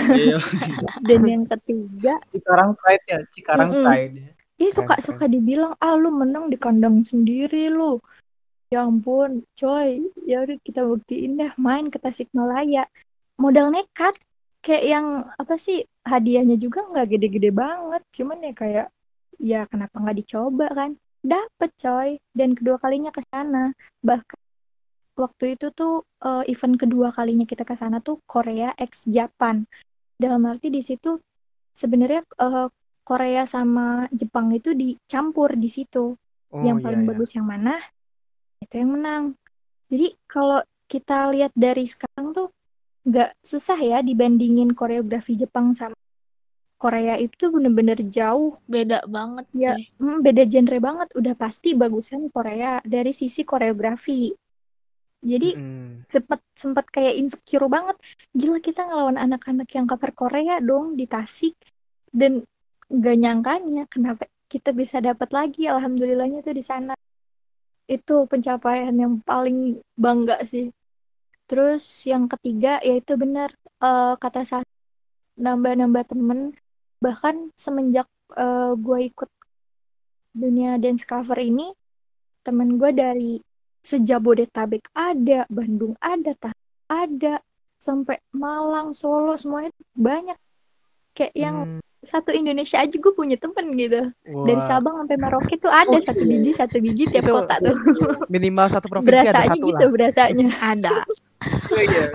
[SPEAKER 3] dan yang ketiga
[SPEAKER 1] Cikarang Pride ya, Cikarang
[SPEAKER 3] mm-mm.
[SPEAKER 1] Pride.
[SPEAKER 3] Ih suka suka dibilang ah lu menang di kandang sendiri lu. Ya ampun, coy. Ya udah kita buktiin dah main ke Tasikmalaya. Modal nekat. Kayak yang apa sih hadiahnya juga nggak gede-gede banget, cuman ya kayak ya kenapa nggak dicoba kan? Dapet coy. Dan kedua kalinya ke sana. Bahkan waktu itu tuh uh, event kedua kalinya kita ke sana tuh Korea x Japan. Dalam arti di situ sebenarnya uh, Korea sama Jepang itu dicampur di situ.
[SPEAKER 2] Oh,
[SPEAKER 3] yang
[SPEAKER 2] iya,
[SPEAKER 3] paling
[SPEAKER 2] iya.
[SPEAKER 3] bagus yang mana? Itu yang menang. Jadi kalau kita lihat dari sekarang tuh nggak susah ya dibandingin koreografi Jepang sama Korea itu bener-bener jauh.
[SPEAKER 4] Beda banget
[SPEAKER 3] Ya,
[SPEAKER 4] sih.
[SPEAKER 3] hmm, beda genre banget. Udah pasti bagusan Korea dari sisi koreografi. Jadi
[SPEAKER 2] Mm-mm.
[SPEAKER 3] sempet sempet kayak insecure banget. Gila kita ngelawan anak-anak yang cover Korea dong di Tasik. Dan gak nyangkanya kenapa kita bisa dapat lagi. Alhamdulillahnya tuh di sana. Itu pencapaian yang paling bangga sih. Terus yang ketiga yaitu benar uh, kata saya nambah-nambah temen. Bahkan semenjak uh, gue ikut dunia dance cover ini, temen gue dari sejabodetabek ada, Bandung ada, Tasik ada, sampai Malang, Solo, semuanya banyak. Kayak yang
[SPEAKER 2] Hmm.
[SPEAKER 3] satu Indonesia aja gue punya temen gitu.
[SPEAKER 2] Wah.
[SPEAKER 3] Dari Sabang sampai Merauke tuh ada satu biji, satu biji tiap
[SPEAKER 2] Itu
[SPEAKER 3] kota tuh.
[SPEAKER 2] minimal satu provinsi ada
[SPEAKER 3] Berasanya
[SPEAKER 2] satu
[SPEAKER 3] gitu,
[SPEAKER 2] lah.
[SPEAKER 3] berasanya.
[SPEAKER 4] Ada.
[SPEAKER 1] Oh iya.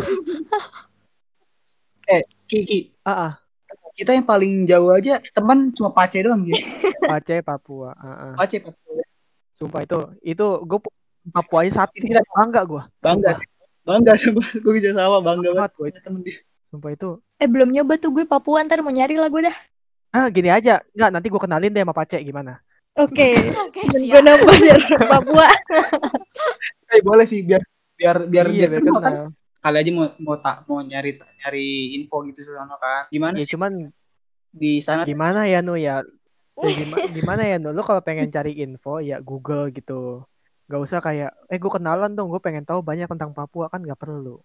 [SPEAKER 1] eh, Kiki.
[SPEAKER 2] Ah, ah.
[SPEAKER 1] Kita yang paling jauh aja teman cuma Pace doang gitu.
[SPEAKER 2] Pace Papua. Uh-uh.
[SPEAKER 1] Pace Papua.
[SPEAKER 2] Sumpah itu, itu gue Papua aja satu.
[SPEAKER 1] Kita
[SPEAKER 2] bangga gue.
[SPEAKER 1] Bangga. Bangga sama gue bisa sama bangga banget
[SPEAKER 2] punya
[SPEAKER 1] temen dia.
[SPEAKER 2] Sumpah itu.
[SPEAKER 3] Eh belum nyoba tuh gue Papua, ntar mau nyari lah gue dah.
[SPEAKER 2] Ah gini aja, nggak nanti gue kenalin deh sama Pace gimana?
[SPEAKER 3] Oke.
[SPEAKER 4] Oke,
[SPEAKER 3] Okay.
[SPEAKER 4] siap.
[SPEAKER 3] Gue nambah dari Papua.
[SPEAKER 1] Eh boleh sih biar biar biar
[SPEAKER 2] iya,
[SPEAKER 1] dia
[SPEAKER 2] biar
[SPEAKER 1] kenal
[SPEAKER 2] kenal.
[SPEAKER 1] kan. Kali aja mau mau tak mau nyari nyari info gitu sono kan. Gimana
[SPEAKER 2] ya,
[SPEAKER 1] sih?
[SPEAKER 2] Cuman
[SPEAKER 1] di sana
[SPEAKER 2] gimana ya Nu ya? ya gimana, gimana ya Nu? Lu kalau pengen cari info ya Google gitu. Gak usah kayak eh gue kenalan dong, gue pengen tahu banyak tentang Papua, kan gak perlu.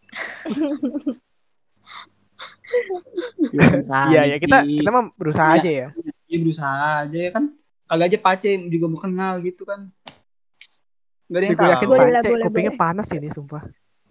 [SPEAKER 2] Iya ya kita kita mah berusaha ya. aja ya.
[SPEAKER 1] Iya berusaha aja ya kan. Kali aja Pace juga mau kenal gitu kan. Gak ada yang
[SPEAKER 2] gue yakin
[SPEAKER 1] tahu.
[SPEAKER 2] Pace kupingnya panas ini sumpah.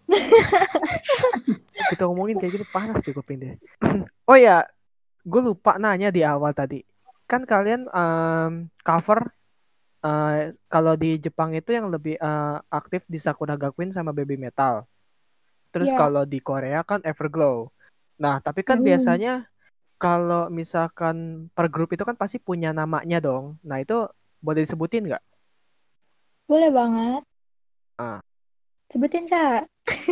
[SPEAKER 2] Kita ngomongin kayak gitu panas deh kuping deh. Oh ya, gue lupa nanya di awal tadi. Kan kalian um, cover uh, kalau di Jepang itu yang lebih uh, aktif di Sakura Gakuin sama Baby Metal. Terus yeah. kalau di Korea kan Everglow. Nah, tapi kan hmm. biasanya kalau misalkan per grup itu kan pasti punya namanya dong. Nah, itu boleh disebutin nggak?
[SPEAKER 3] Boleh banget.
[SPEAKER 2] Ah.
[SPEAKER 3] Sebutin, Sa.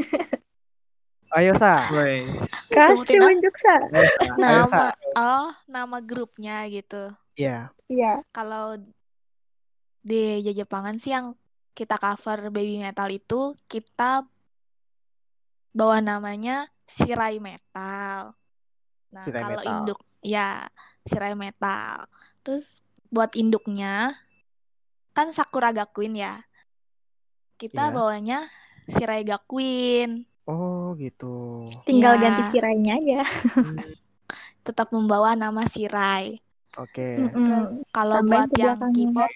[SPEAKER 2] Ayo, Sa.
[SPEAKER 3] Kasih unjuk, Sa.
[SPEAKER 4] Nama, oh, nama grupnya gitu.
[SPEAKER 2] Iya.
[SPEAKER 3] Yeah. Iya. Yeah.
[SPEAKER 4] Kalau di Jepangan sih yang kita cover Baby Metal itu, kita bawa namanya Shirai Metal. Nah,
[SPEAKER 2] Shirai
[SPEAKER 4] kalau
[SPEAKER 2] Metal.
[SPEAKER 4] induk, ya Shirai Metal. Terus buat induknya, kan Sakura Gakuin ya. Kita yeah. bawanya Shirai Gakuin.
[SPEAKER 2] Oh gitu.
[SPEAKER 3] Tinggal
[SPEAKER 4] ya.
[SPEAKER 3] ganti Shirainya aja.
[SPEAKER 4] Tetap membawa nama Shirai.
[SPEAKER 2] Oke. Okay.
[SPEAKER 3] Mm-mm.
[SPEAKER 4] Kalau buat yang K-pop,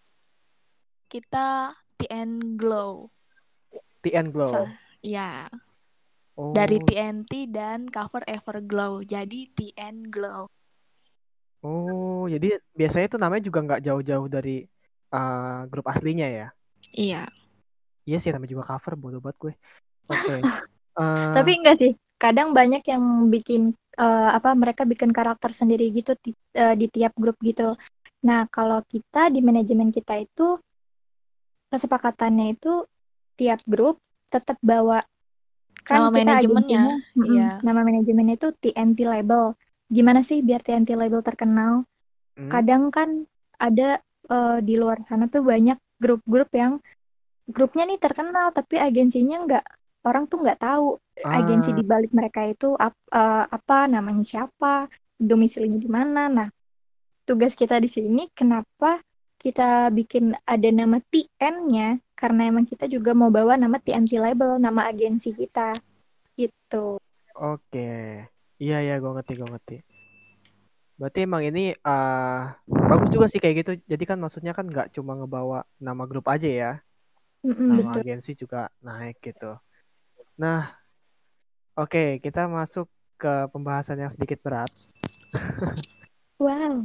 [SPEAKER 4] kita T N Glow.
[SPEAKER 2] T N Glow.
[SPEAKER 4] So, ya.
[SPEAKER 2] Oh.
[SPEAKER 4] Dari T N T dan cover Everglow. Jadi T N Glow.
[SPEAKER 2] Oh, jadi biasanya itu namanya juga nggak jauh-jauh dari uh, grup aslinya ya?
[SPEAKER 4] Iya.
[SPEAKER 2] Iya sih, namanya juga cover, bodoh banget gue. Oke. Okay.
[SPEAKER 3] Uh... Tapi enggak sih. Kadang banyak yang bikin uh, apa mereka bikin karakter sendiri gitu di, uh, di tiap grup gitu. Nah, kalau kita di manajemen kita itu kesepakatannya itu tiap grup tetap bawa kan
[SPEAKER 4] Nama
[SPEAKER 3] kita
[SPEAKER 4] manajemennya,
[SPEAKER 3] agensinya, mm-mm,
[SPEAKER 4] iya.
[SPEAKER 3] nama manajemennya itu T N T Label. Gimana sih biar T N T Label terkenal?
[SPEAKER 2] Hmm.
[SPEAKER 3] Kadang kan ada uh, di luar sana tuh banyak grup-grup yang grupnya nih terkenal tapi agensinya nggak, orang tuh nggak tahu agensi
[SPEAKER 2] Ah,
[SPEAKER 3] di balik mereka itu ap- uh, apa namanya, siapa, domisilinya di mana. Nah, tugas kita di sini kenapa kita bikin ada nama T N-nya karena emang kita juga mau bawa nama T N T Label, nama agensi kita gitu.
[SPEAKER 2] oke. Iya ya, gue ngerti, gue ngerti. Berarti emang ini eh bagus juga sih kayak gitu. Jadi kan maksudnya kan nggak cuma ngebawa nama grup aja ya,
[SPEAKER 3] Mm-mm,
[SPEAKER 2] nama
[SPEAKER 3] betul.
[SPEAKER 2] agensi juga naik gitu. Nah, oke, kita masuk ke pembahasan yang sedikit berat.
[SPEAKER 3] Wow.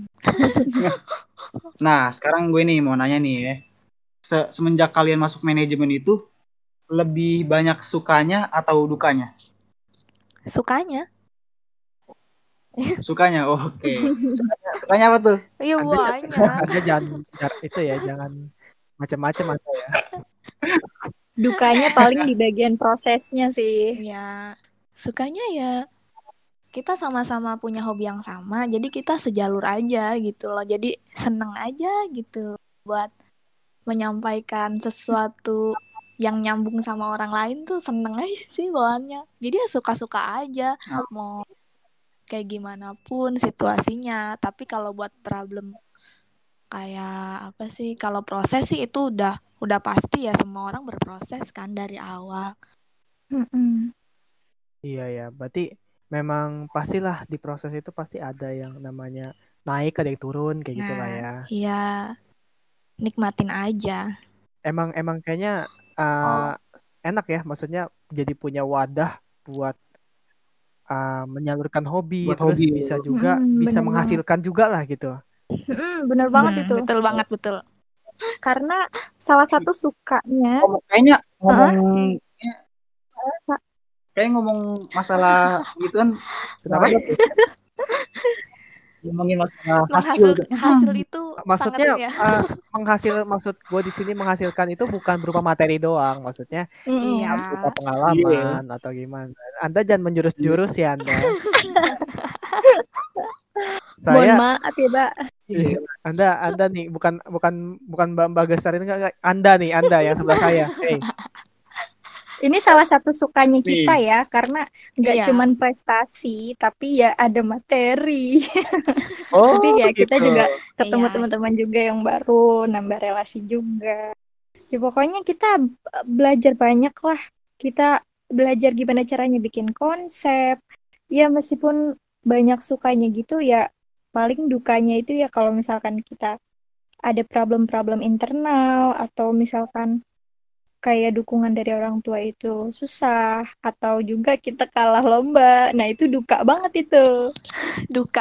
[SPEAKER 1] Nah, sekarang gue nih mau nanya nih ya. Se- semenjak kalian masuk manajemen itu lebih banyak sukanya atau dukanya?
[SPEAKER 4] Sukanya.
[SPEAKER 1] Sukanya, oke. Sukanya, sukanya apa tuh?
[SPEAKER 4] Iya
[SPEAKER 2] Anda,
[SPEAKER 4] banyak.
[SPEAKER 2] Anda jangan jar- itu ya, jangan macam-macam Anda ya.
[SPEAKER 3] Dukanya paling di bagian prosesnya sih.
[SPEAKER 4] Iya. Sukanya ya kita sama-sama punya hobi yang sama, jadi kita sejalur aja gitu loh. Jadi seneng aja gitu buat menyampaikan sesuatu yang nyambung sama orang lain tuh seneng aja sih bawaannya. Jadi ya suka-suka aja mau kayak gimana pun situasinya. Tapi kalau buat problem kayak apa sih, kalau proses sih itu udah udah pasti ya, semua orang berproses kan dari awal.
[SPEAKER 3] Mm-mm.
[SPEAKER 2] Iya ya, berarti memang pastilah di proses itu pasti ada yang namanya naik, ada yang turun kayak gitulah
[SPEAKER 4] Nah,
[SPEAKER 2] ya.
[SPEAKER 4] iya, nikmatin aja.
[SPEAKER 2] Emang emang kayaknya uh, enak ya, maksudnya jadi punya wadah buat uh, menyalurkan hobi,
[SPEAKER 1] Buat
[SPEAKER 2] terus
[SPEAKER 1] hobi.
[SPEAKER 2] bisa juga
[SPEAKER 3] Mm-mm,
[SPEAKER 2] bisa
[SPEAKER 3] bener
[SPEAKER 2] menghasilkan juga lah gitu.
[SPEAKER 3] Mm-mm, bener banget
[SPEAKER 4] Nah,
[SPEAKER 3] itu.
[SPEAKER 4] betul banget, betul.
[SPEAKER 3] Karena salah satu sukanya,
[SPEAKER 1] Oh, kayaknya ngomong
[SPEAKER 3] Heeh.
[SPEAKER 1] kayaknya, kayak ngomong masalah gitu kan.
[SPEAKER 2] Kenapa?
[SPEAKER 1] Ngomongin masalah
[SPEAKER 4] Menghasil
[SPEAKER 1] hasil.
[SPEAKER 4] hasil itu
[SPEAKER 2] Maksudnya
[SPEAKER 4] sangat ini ya.
[SPEAKER 2] uh, menghasil maksud gue di sini menghasilkan itu bukan berupa materi doang, maksudnya
[SPEAKER 3] mm-mm,
[SPEAKER 4] Iya.
[SPEAKER 2] berupa pengalaman atau gimana. Anda jangan menjurus-jurus ya Anda.
[SPEAKER 3] mohon
[SPEAKER 2] Saya
[SPEAKER 3] maaf ya, Mbak.
[SPEAKER 1] Iya.
[SPEAKER 2] Anda Anda nih bukan bukan bukan Mbak Mbak Gestar ini enggak, enggak. Anda nih, Anda yang sebelah saya. Hey.
[SPEAKER 3] Ini salah satu sukanya
[SPEAKER 1] Nih.
[SPEAKER 3] kita ya, karena nggak
[SPEAKER 4] Iya.
[SPEAKER 3] cuman prestasi, tapi ya ada materi.
[SPEAKER 2] Oh,
[SPEAKER 3] Tapi ya kita
[SPEAKER 2] gitu.
[SPEAKER 3] juga ketemu
[SPEAKER 4] Iya.
[SPEAKER 3] teman-teman juga yang baru, nambah relasi juga. Ya pokoknya kita belajar banyak lah. Kita belajar gimana caranya bikin konsep. Ya meskipun banyak sukanya gitu ya, paling dukanya itu ya kalau misalkan kita ada problem-problem internal atau misalkan kayak dukungan dari orang tua itu susah atau juga kita kalah lomba. Nah, itu duka banget itu.
[SPEAKER 4] Duka.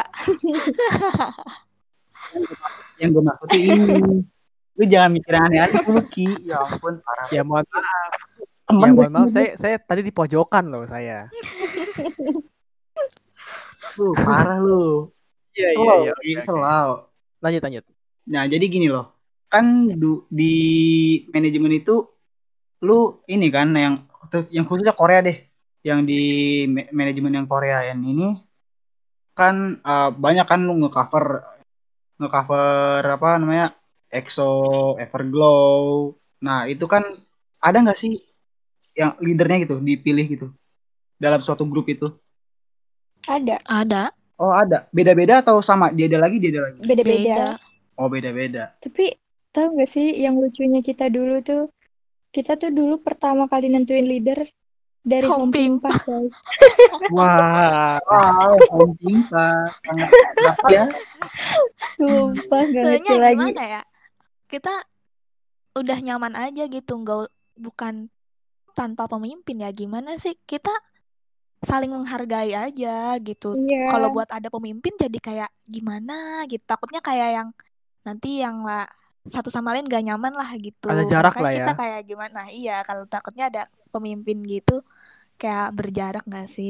[SPEAKER 1] Yang gue maksud tuh ini. Lu jangan mikir aneh-aneh dulu, Ki. Ya ampun, parah.
[SPEAKER 2] Ya mohon maaf.
[SPEAKER 1] Temen
[SPEAKER 2] Ya
[SPEAKER 1] gue
[SPEAKER 2] mohon maaf,
[SPEAKER 1] sendiri.
[SPEAKER 2] saya saya tadi di pojokan loh saya.
[SPEAKER 1] Lu parah lu.
[SPEAKER 2] Iya iya
[SPEAKER 1] Selau,
[SPEAKER 2] iya.
[SPEAKER 1] Ki,
[SPEAKER 2] Oke, oke.
[SPEAKER 1] selau.
[SPEAKER 2] Lanjut lanjut.
[SPEAKER 1] Nah, jadi gini loh. Kan du- di manajemen itu lu ini kan yang yang khususnya Korea deh. Yang di ma- manajemen yang Korea yang ini kan uh, banyak kan lu ngecover ngecover apa namanya EXO, Everglow. Nah, itu kan ada nggak sih yang leadernya gitu dipilih gitu dalam suatu grup itu?
[SPEAKER 3] Ada.
[SPEAKER 4] Ada.
[SPEAKER 1] Oh, ada. Beda-beda atau sama? Dia ada lagi, dia ada lagi.
[SPEAKER 3] Beda-beda.
[SPEAKER 4] Beda.
[SPEAKER 1] Oh, beda-beda.
[SPEAKER 3] Tapi tahu nggak sih yang lucunya kita dulu tuh, kita tuh dulu pertama kali nentuin leader dari
[SPEAKER 4] Home
[SPEAKER 3] Home Pimpa, guys.
[SPEAKER 2] Wah,
[SPEAKER 1] Wow, Home Pimpa. Sangat keras ya.
[SPEAKER 3] Sumpah nggak ngerti
[SPEAKER 4] Soalnya
[SPEAKER 3] lagi.
[SPEAKER 4] gimana ya? Kita udah nyaman aja gitu, nggak bukan tanpa pemimpin ya. Gimana sih? Kita saling menghargai aja gitu.
[SPEAKER 3] Iya.
[SPEAKER 4] Kalau buat ada pemimpin jadi kayak gimana gitu. Takutnya kayak yang nanti yang lah satu sama lain gak nyaman lah gitu.
[SPEAKER 2] Ada jarak
[SPEAKER 4] Makanya
[SPEAKER 2] lah ya.
[SPEAKER 4] kita kayak gimana? Iya, kalau takutnya ada pemimpin gitu kayak berjarak gak sih?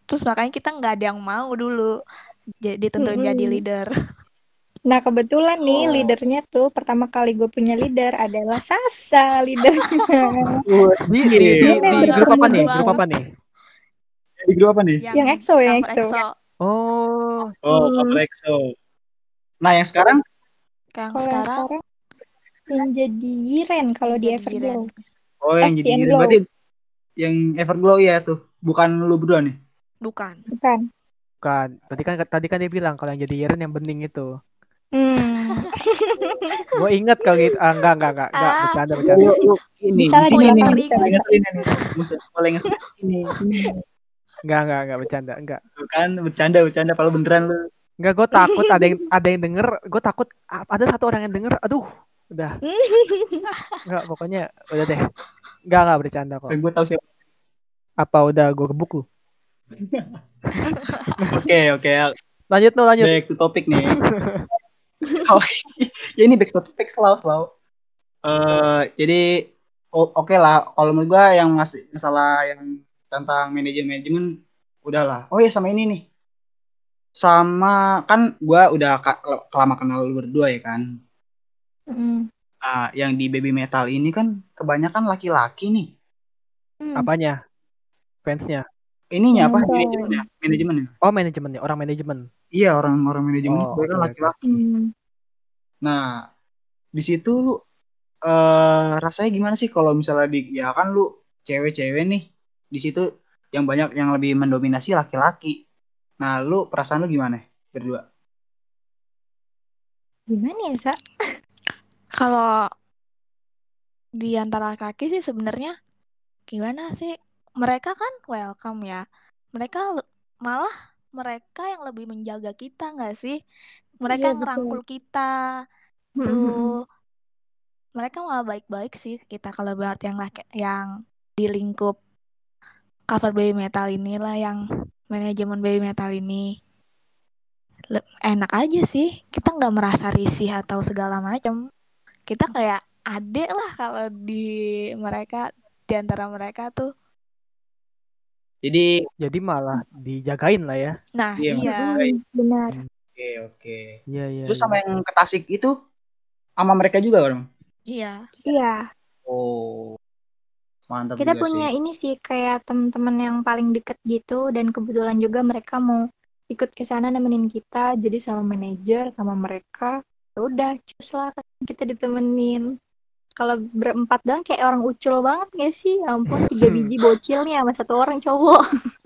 [SPEAKER 4] Terus makanya kita nggak ada yang mau dulu jadi ditentuin jadi
[SPEAKER 3] Mm-mm.
[SPEAKER 4] leader.
[SPEAKER 3] Nah, kebetulan nih
[SPEAKER 1] Oh.
[SPEAKER 3] leadernya tuh pertama kali gue punya leader adalah Sasa leadernya.
[SPEAKER 2] Di
[SPEAKER 1] Iya.
[SPEAKER 2] di di,
[SPEAKER 3] Gimana
[SPEAKER 2] di
[SPEAKER 3] ya,
[SPEAKER 2] grup apa
[SPEAKER 3] berteman
[SPEAKER 2] nih?
[SPEAKER 3] banget.
[SPEAKER 2] Grup apa nih?
[SPEAKER 1] Di grup apa nih?
[SPEAKER 3] Yang EXO, yang
[SPEAKER 4] cover
[SPEAKER 3] EXO.
[SPEAKER 4] EXO.
[SPEAKER 2] Oh,
[SPEAKER 1] Oh,
[SPEAKER 3] Hmm.
[SPEAKER 1] cover EXO. Nah, yang sekarang
[SPEAKER 4] Yang
[SPEAKER 3] Kalau yang
[SPEAKER 4] sekarang
[SPEAKER 3] sekarang yang jadi Yiren kalau
[SPEAKER 4] yang
[SPEAKER 3] di
[SPEAKER 4] jadi
[SPEAKER 3] Everglow.
[SPEAKER 1] oh
[SPEAKER 3] Eh,
[SPEAKER 1] yang jadi
[SPEAKER 3] Yen
[SPEAKER 1] Yiren
[SPEAKER 3] Glow.
[SPEAKER 1] berarti yang Everglow ya tuh. Bukan lu berdua nih.
[SPEAKER 4] bukan.
[SPEAKER 3] Bukan.
[SPEAKER 2] bukan. Tadi kan tadi kan dia bilang kalau yang jadi Yeren yang bening itu.
[SPEAKER 3] Hmm.
[SPEAKER 2] Gue inget kalau gitu. Ah, enggak, enggak, enggak, enggak.
[SPEAKER 4] Ah.
[SPEAKER 2] Bercanda,
[SPEAKER 1] Lu,
[SPEAKER 2] bercanda.
[SPEAKER 1] lu ini
[SPEAKER 3] Bisa
[SPEAKER 1] di
[SPEAKER 3] lah
[SPEAKER 1] sini nih.
[SPEAKER 3] diulang,
[SPEAKER 4] bisa,
[SPEAKER 1] Mulai
[SPEAKER 3] bisa.
[SPEAKER 1] ngeselin nih. Musa, mulai ngeselin ini sini.
[SPEAKER 2] Enggak, enggak, enggak bercanda, enggak.
[SPEAKER 1] Tuh kan bercanda bercanda kalau beneran lu.
[SPEAKER 2] Enggak, gue takut ada yang ada yang denger. Gue takut ah, ada satu orang yang denger. Aduh, udah. Enggak, pokoknya udah deh. Enggak, enggak bercanda kok.
[SPEAKER 1] Gue tahu siapa.
[SPEAKER 2] Apa udah gue gebuk lu?
[SPEAKER 1] Oke oke.
[SPEAKER 2] Lanjut no, lanjut.
[SPEAKER 1] Back to topic nih. Oh, ya ini back to topic selalu selalu. Uh, jadi o- oke okay lah. Kalau menurut gue yang masih masalah yang tentang manajemen manajemen udahlah. Oh ya sama ini nih. Sama kan gue udah ka- lama kenal lu berdua ya kan.
[SPEAKER 3] Hmm.
[SPEAKER 1] Nah, yang di Baby Metal ini kan kebanyakan laki-laki nih.
[SPEAKER 3] Hmm.
[SPEAKER 2] Apanya? Fansnya?
[SPEAKER 1] Ininya apa?
[SPEAKER 3] Nonton.
[SPEAKER 1] Manajemennya, manajemennya.
[SPEAKER 2] Oh, manajemennya, orang manajemen.
[SPEAKER 1] Iya, orang-orang manajemen
[SPEAKER 2] Oh,
[SPEAKER 1] kebanyakan
[SPEAKER 2] oke,
[SPEAKER 1] laki-laki.
[SPEAKER 3] Hmm.
[SPEAKER 1] Nah, di situ lu eh rasanya gimana sih kalau misalnya di ya kan lu cewek-cewek nih di situ yang banyak yang lebih mendominasi laki-laki. Nah, lu perasaan lu gimana berdua?
[SPEAKER 3] Gimana ya, Sa?
[SPEAKER 4] Kalau di antara laki sih sebenarnya gimana sih? Mereka kan welcome ya. Mereka le- malah mereka yang lebih menjaga kita nggak sih? Mereka
[SPEAKER 3] Iya,
[SPEAKER 4] yang
[SPEAKER 3] betul.
[SPEAKER 4] ngerangkul kita
[SPEAKER 3] Hmm, hmm, hmm.
[SPEAKER 4] tuh. Mereka malah baik-baik sih kita kalau buat yang laki yang di lingkup cover Baby Metal inilah yang manajemen Baby Metal ini. Le- enak aja sih. Kita nggak merasa risih atau segala macam. Kita kayak adek lah kalau di mereka, di antara mereka tuh.
[SPEAKER 1] Jadi,
[SPEAKER 2] Jadi malah dijagain lah ya.
[SPEAKER 4] Nah,
[SPEAKER 1] iya,
[SPEAKER 4] iya.
[SPEAKER 1] baik.
[SPEAKER 3] Hmm, benar.
[SPEAKER 1] Oke, oke.
[SPEAKER 2] Iya, iya.
[SPEAKER 1] Terus
[SPEAKER 2] iya.
[SPEAKER 1] sama yang ke Tasik itu sama mereka juga, Bang?
[SPEAKER 4] Iya.
[SPEAKER 3] Iya.
[SPEAKER 1] Oh, mantap
[SPEAKER 3] Kita
[SPEAKER 1] juga
[SPEAKER 3] punya
[SPEAKER 1] sih.
[SPEAKER 3] ini sih kayak teman-teman yang paling deket gitu dan kebetulan juga mereka mau ikut ke sana nemenin kita jadi sama manajer sama mereka ya udah cus lah kita ditemenin. Kalau berempat doang kayak orang ucul banget gak sih? Ya ampun, tiga biji bocil nih sama satu orang cowok.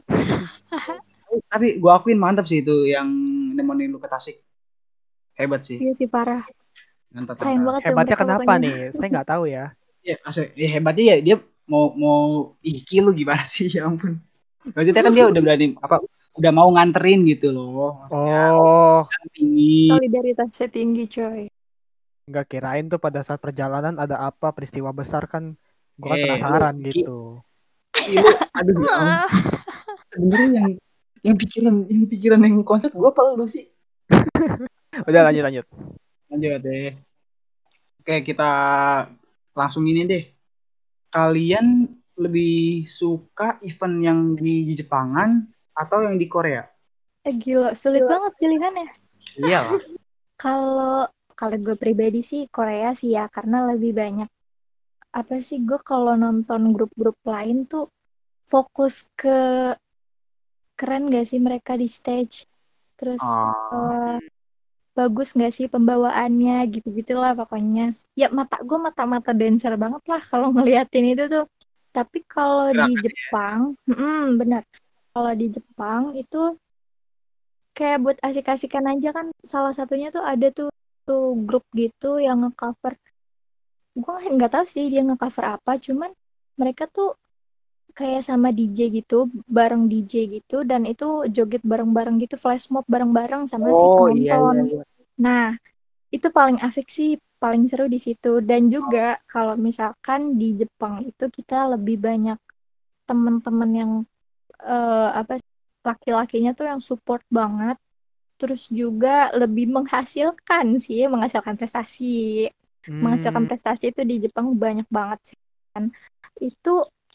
[SPEAKER 1] Tapi gua akuin mantap sih itu yang nemenin lu ke Tasik. Hebat sih.
[SPEAKER 3] Iya sih parah.
[SPEAKER 1] Mantap,
[SPEAKER 3] Sayang
[SPEAKER 1] mantap.
[SPEAKER 3] banget sama
[SPEAKER 2] Hebatnya
[SPEAKER 3] mereka
[SPEAKER 2] kenapa
[SPEAKER 3] pokoknya.
[SPEAKER 2] nih? Saya nggak tahu ya.
[SPEAKER 1] Ya, asli, ya hebatnya ya dia mau mau iki lu gimana sih ya ampun. Maksudnya kan dia udah berani apa udah mau nganterin gitu loh. Maksudnya
[SPEAKER 2] Oh,
[SPEAKER 1] kan tinggi.
[SPEAKER 3] Solidaritasnya tinggi coy.
[SPEAKER 2] nggak kirain tuh pada saat perjalanan ada apa peristiwa besar kan? Gue kan
[SPEAKER 1] Eh,
[SPEAKER 2] penasaran
[SPEAKER 1] lu,
[SPEAKER 2] gitu.
[SPEAKER 1] Ki, lu, aduh ya ampun. Sebenarnya yang yang pikiran yang pikiran yang konsep gua apa lu sih?
[SPEAKER 2] Udah lanjut lanjut.
[SPEAKER 1] Lanjut deh. Oke, kita langsung ini deh. Kalian lebih suka event yang di Jepangan atau yang di Korea?
[SPEAKER 3] Eh gila, sulit banget pilihannya.
[SPEAKER 1] Iya lah.
[SPEAKER 3] Kalau kalau gue pribadi sih Korea sih ya karena lebih banyak apa sih gue kalau nonton grup-grup lain tuh fokus ke keren gak sih mereka di stage terus
[SPEAKER 1] Oh.
[SPEAKER 3] eh, bagus gak sih pembawaannya gitu-gitulah pokoknya ya mata gue mata-mata dancer banget lah kalau ngeliatin itu tuh tapi kalau di
[SPEAKER 1] Gerakannya.
[SPEAKER 3] Jepang mm, benar kalau di Jepang itu kayak buat asik-asikan aja kan salah satunya tuh ada tuh tuh grup gitu yang ngecover gue nggak tahu sih dia ngecover apa cuman mereka tuh kayak sama D J gitu bareng D J gitu dan itu joget bareng-bareng gitu flash mob bareng-bareng sama si
[SPEAKER 2] Oh iya iya
[SPEAKER 3] penonton
[SPEAKER 2] iya.
[SPEAKER 3] nah itu paling asik sih paling seru di situ dan juga kalau misalkan di Jepang itu kita lebih banyak teman-teman yang eh, apa sih, laki-lakinya tuh yang support banget terus juga lebih menghasilkan sih menghasilkan prestasi menghasilkan
[SPEAKER 2] Hmm,
[SPEAKER 3] prestasi itu di Jepang banyak banget sih kan itu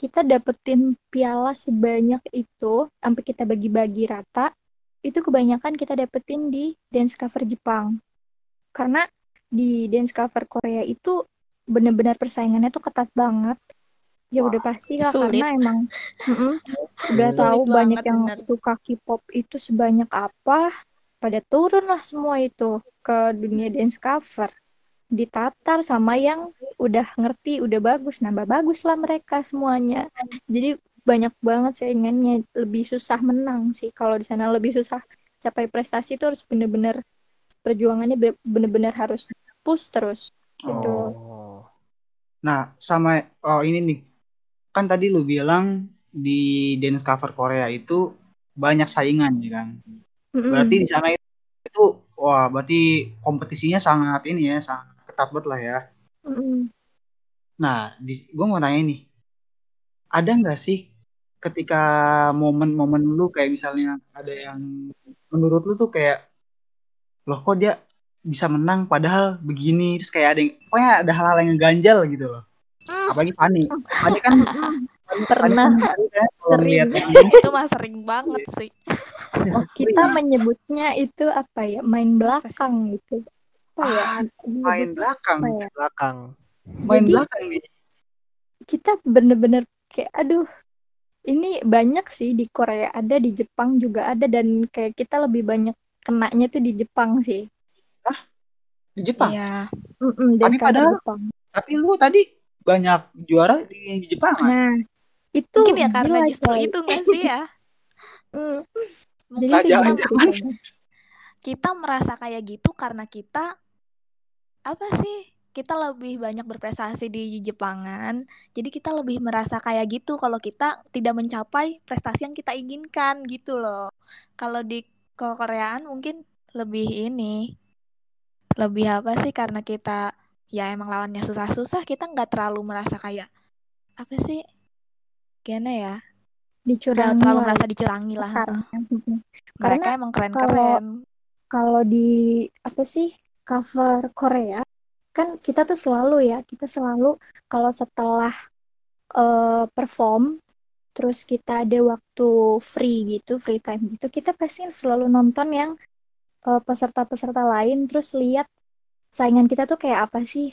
[SPEAKER 3] kita dapetin piala sebanyak itu sampai kita bagi-bagi rata, itu kebanyakan kita dapetin di dance cover Jepang. Karena di dance cover Korea itu benar-benar persaingannya tuh ketat banget. Ya udah pasti lah,
[SPEAKER 4] Sulit.
[SPEAKER 3] karena emang mm-mm, udah
[SPEAKER 4] Sulit
[SPEAKER 3] tahu banyak
[SPEAKER 4] banget,
[SPEAKER 3] yang
[SPEAKER 4] bener.
[SPEAKER 3] suka K-pop itu sebanyak apa, pada turun lah semua itu ke dunia dance cover. Ditatar sama yang udah ngerti, udah bagus, nambah bagus lah mereka semuanya. Jadi banyak banget saingannya, lebih susah menang sih kalau di sana, lebih susah capai prestasi itu harus bener-bener perjuangannya be- bener-bener harus push terus gitu.
[SPEAKER 2] Oh.
[SPEAKER 1] Nah, sama oh ini nih. Kan tadi lu bilang di dance cover Korea itu banyak saingan ya kan. Berarti
[SPEAKER 3] Mm-mm.
[SPEAKER 1] di sana itu, itu wah, berarti kompetisinya sangat ini ya, sangat ketat banget lah ya.
[SPEAKER 3] Mm-mm.
[SPEAKER 1] Nah, gue mau nanya nih, ada nggak sih ketika momen-momen lu kayak misalnya ada yang menurut lu tuh kayak, loh kok dia bisa menang padahal begini, terus kayak ada yang, pokoknya ada hal-hal yang ngeganjal gitu loh. Apalagi Fani. Fani kan, Fani, Fani
[SPEAKER 3] Pernah,
[SPEAKER 1] kan Fani kan kalau
[SPEAKER 3] sering.
[SPEAKER 1] ngeliat ini,
[SPEAKER 4] Itu mah sering banget sih.
[SPEAKER 3] Oh, kita menyebutnya itu apa ya, main belakang gitu. Apa ya?
[SPEAKER 1] ah, main
[SPEAKER 3] Menyebutnya
[SPEAKER 1] belakang,
[SPEAKER 3] apa ya?
[SPEAKER 2] Belakang.
[SPEAKER 1] main
[SPEAKER 3] Jadi
[SPEAKER 1] belakang nih.
[SPEAKER 3] kita bener-bener kayak aduh, ini banyak sih di Korea ada, di Jepang juga ada, dan kayak kita lebih banyak kenanya tuh di Jepang sih.
[SPEAKER 1] Hah? Di Jepang?
[SPEAKER 4] Iya.
[SPEAKER 3] Mm-mm,
[SPEAKER 1] Tapi
[SPEAKER 3] dance cover
[SPEAKER 1] padahal,
[SPEAKER 3] Jepang.
[SPEAKER 1] tapi lu tadi banyak juara di, di Jepang kan?
[SPEAKER 3] Nah, itu
[SPEAKER 4] Mungkin ya karena
[SPEAKER 3] gila
[SPEAKER 4] justru
[SPEAKER 3] coy.
[SPEAKER 4] itu nggak sih ya?
[SPEAKER 3] Mm.
[SPEAKER 4] Mungkin
[SPEAKER 3] Jadi
[SPEAKER 1] Nah,
[SPEAKER 3] kayak
[SPEAKER 1] jangan-
[SPEAKER 3] gitu
[SPEAKER 1] jangan.
[SPEAKER 3] ceritanya.
[SPEAKER 4] kita merasa kayak gitu karena kita apa sih? Kita lebih banyak berprestasi di Jepangan, jadi kita lebih merasa kayak gitu kalau kita tidak mencapai prestasi yang kita inginkan gitu loh. Kalau di Koreaan mungkin lebih ini, lebih apa sih, karena kita ya emang lawannya susah-susah, kita nggak terlalu merasa kayak apa sih, gimana ya? Nggak
[SPEAKER 3] Dicurangi
[SPEAKER 4] terlalu
[SPEAKER 3] lah
[SPEAKER 4] merasa dicurangi lah.
[SPEAKER 3] kasarnya. Mm-mm.
[SPEAKER 4] Mereka
[SPEAKER 3] Karena
[SPEAKER 4] emang
[SPEAKER 3] kalau
[SPEAKER 4] keren-keren.
[SPEAKER 3] kalau di apa sih cover Korea kan kita tuh selalu ya, kita selalu kalau setelah eh, perform terus kita ada waktu free gitu, free time gitu, kita pasti selalu nonton yang eh, peserta-peserta lain, terus lihat saingan kita tuh kayak apa sih,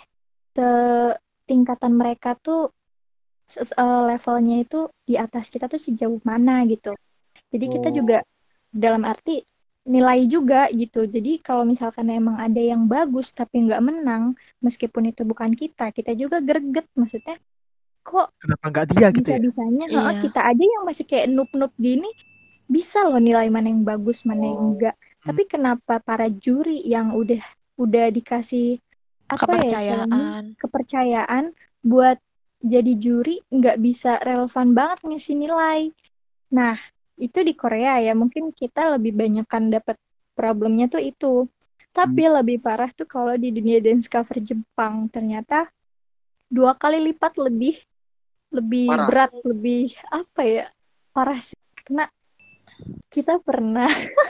[SPEAKER 3] setingkatan mereka tuh se- eh, levelnya itu di atas kita tuh sejauh mana gitu. Jadi kita juga dalam arti nilai juga gitu. Jadi kalau misalkan emang ada yang bagus tapi nggak menang, meskipun itu bukan kita, kita juga greget. Maksudnya, kok
[SPEAKER 2] Kenapa nggak dia gitu ya?
[SPEAKER 3] bisa-bisanya heeh,
[SPEAKER 4] Iya.
[SPEAKER 3] kita aja yang masih kayak noob-noob gini, bisa loh nilai mana yang bagus, mana yang enggak. Tapi kenapa para juri yang udah udah dikasih apa ya istilahnya,
[SPEAKER 4] Kepercayaan.
[SPEAKER 3] kepercayaan buat jadi juri nggak bisa relevan banget ngasih nilai. Nah, itu di Korea ya, mungkin kita lebih banyak kan dapat problemnya tuh itu. Tapi lebih parah tuh kalau di dunia dance cover Jepang, ternyata dua kali lipat lebih lebih
[SPEAKER 1] Parah.
[SPEAKER 3] berat, lebih apa ya, parah sih. Karena kita pernah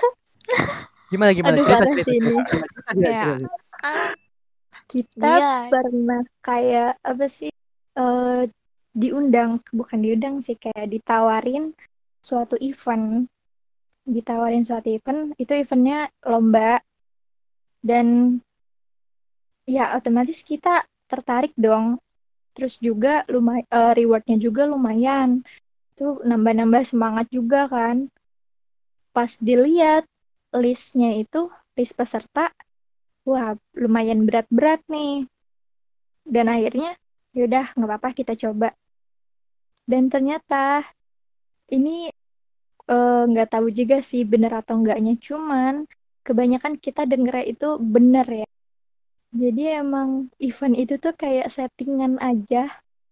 [SPEAKER 2] Gimana gimana?
[SPEAKER 3] Aduh,
[SPEAKER 2] Cerita
[SPEAKER 3] parah
[SPEAKER 2] cerita.
[SPEAKER 3] sih ini.
[SPEAKER 2] cerita, cerita, cerita, cerita,
[SPEAKER 4] Ya.
[SPEAKER 2] cerita.
[SPEAKER 4] Ah,
[SPEAKER 3] kita
[SPEAKER 4] Dia.
[SPEAKER 3] pernah kayak apa sih, eh, diundang, bukan diundang sih, kayak ditawarin suatu event, ditawarin suatu event, itu eventnya lomba, dan ya otomatis kita tertarik dong. Terus juga lumayan, rewardnya juga lumayan, tuh nambah-nambah semangat juga kan. Pas dilihat listnya itu, list peserta, wah lumayan berat-berat nih. Dan akhirnya yaudah nggak apa-apa, kita coba. Dan ternyata ini eh, nggak tahu juga sih bener atau enggaknya, cuman kebanyakan kita denger itu bener ya. Jadi emang event itu tuh kayak settingan aja.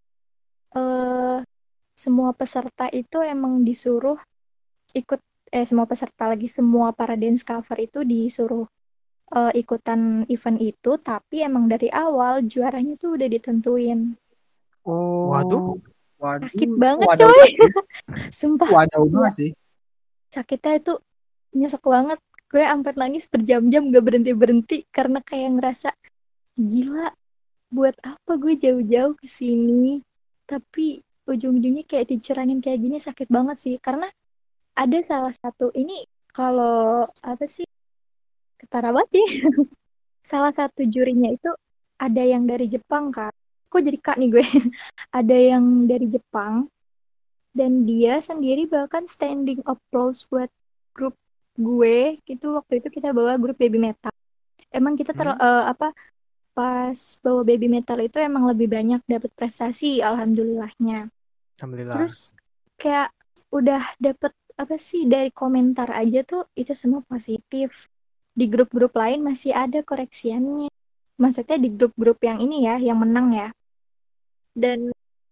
[SPEAKER 3] Eh, semua peserta itu emang disuruh ikut, eh semua peserta lagi, semua para dance cover itu disuruh eh, ikutan event itu, tapi emang dari awal juaranya tuh udah ditentuin.
[SPEAKER 1] Oh,
[SPEAKER 2] Waduh.
[SPEAKER 1] waduh,
[SPEAKER 3] Sakit banget
[SPEAKER 1] waduh,
[SPEAKER 3] coy. Sumpah.
[SPEAKER 1] waduh
[SPEAKER 3] Iya.
[SPEAKER 1] banget sih.
[SPEAKER 3] Sakitnya itu nyesek banget. Gue sampai nangis berjam-jam gak berhenti-berhenti karena kayak ngerasa gila, buat apa gue jauh-jauh ke sini tapi ujung-ujungnya kayak dicerangin kayak gini sakit banget sih. Karena ada salah satu ini kalau apa sih ketara banget ya. Salah satu jurinya itu ada yang dari Jepang kan. Kok jadi kak nih gue? Ada yang dari Jepang dan dia sendiri bahkan standing applause buat grup gue gitu. Waktu itu kita bawa grup Baby Metal. Emang kita ter
[SPEAKER 2] Hmm.
[SPEAKER 3] eh, apa pas bawa Baby Metal itu emang lebih banyak dapat prestasi alhamdulillahnya.
[SPEAKER 2] Alhamdulillah.
[SPEAKER 3] Terus kayak udah dapet apa sih dari komentar aja tuh itu semua positif. Di grup-grup lain masih ada koreksiannya. Maksudnya di grup-grup yang ini ya, yang menang ya. Dan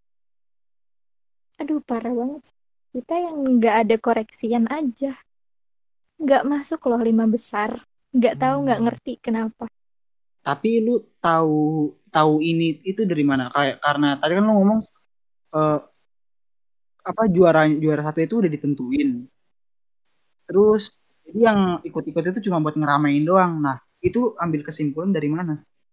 [SPEAKER 3] aduh parah banget. Kita yang nggak ada koreksian aja. Nggak masuk loh lima besar. Nggak tahu, nggak
[SPEAKER 2] Hmm.
[SPEAKER 3] ngerti kenapa.
[SPEAKER 1] Tapi lu tahu tahu ini itu dari mana? Kayak karena tadi kan lu ngomong eh, apa juara juara satu itu udah ditentuin. Terus jadi yang ikut-ikut itu cuma buat ngeramein doang. Nah, itu ambil kesimpulan dari mana?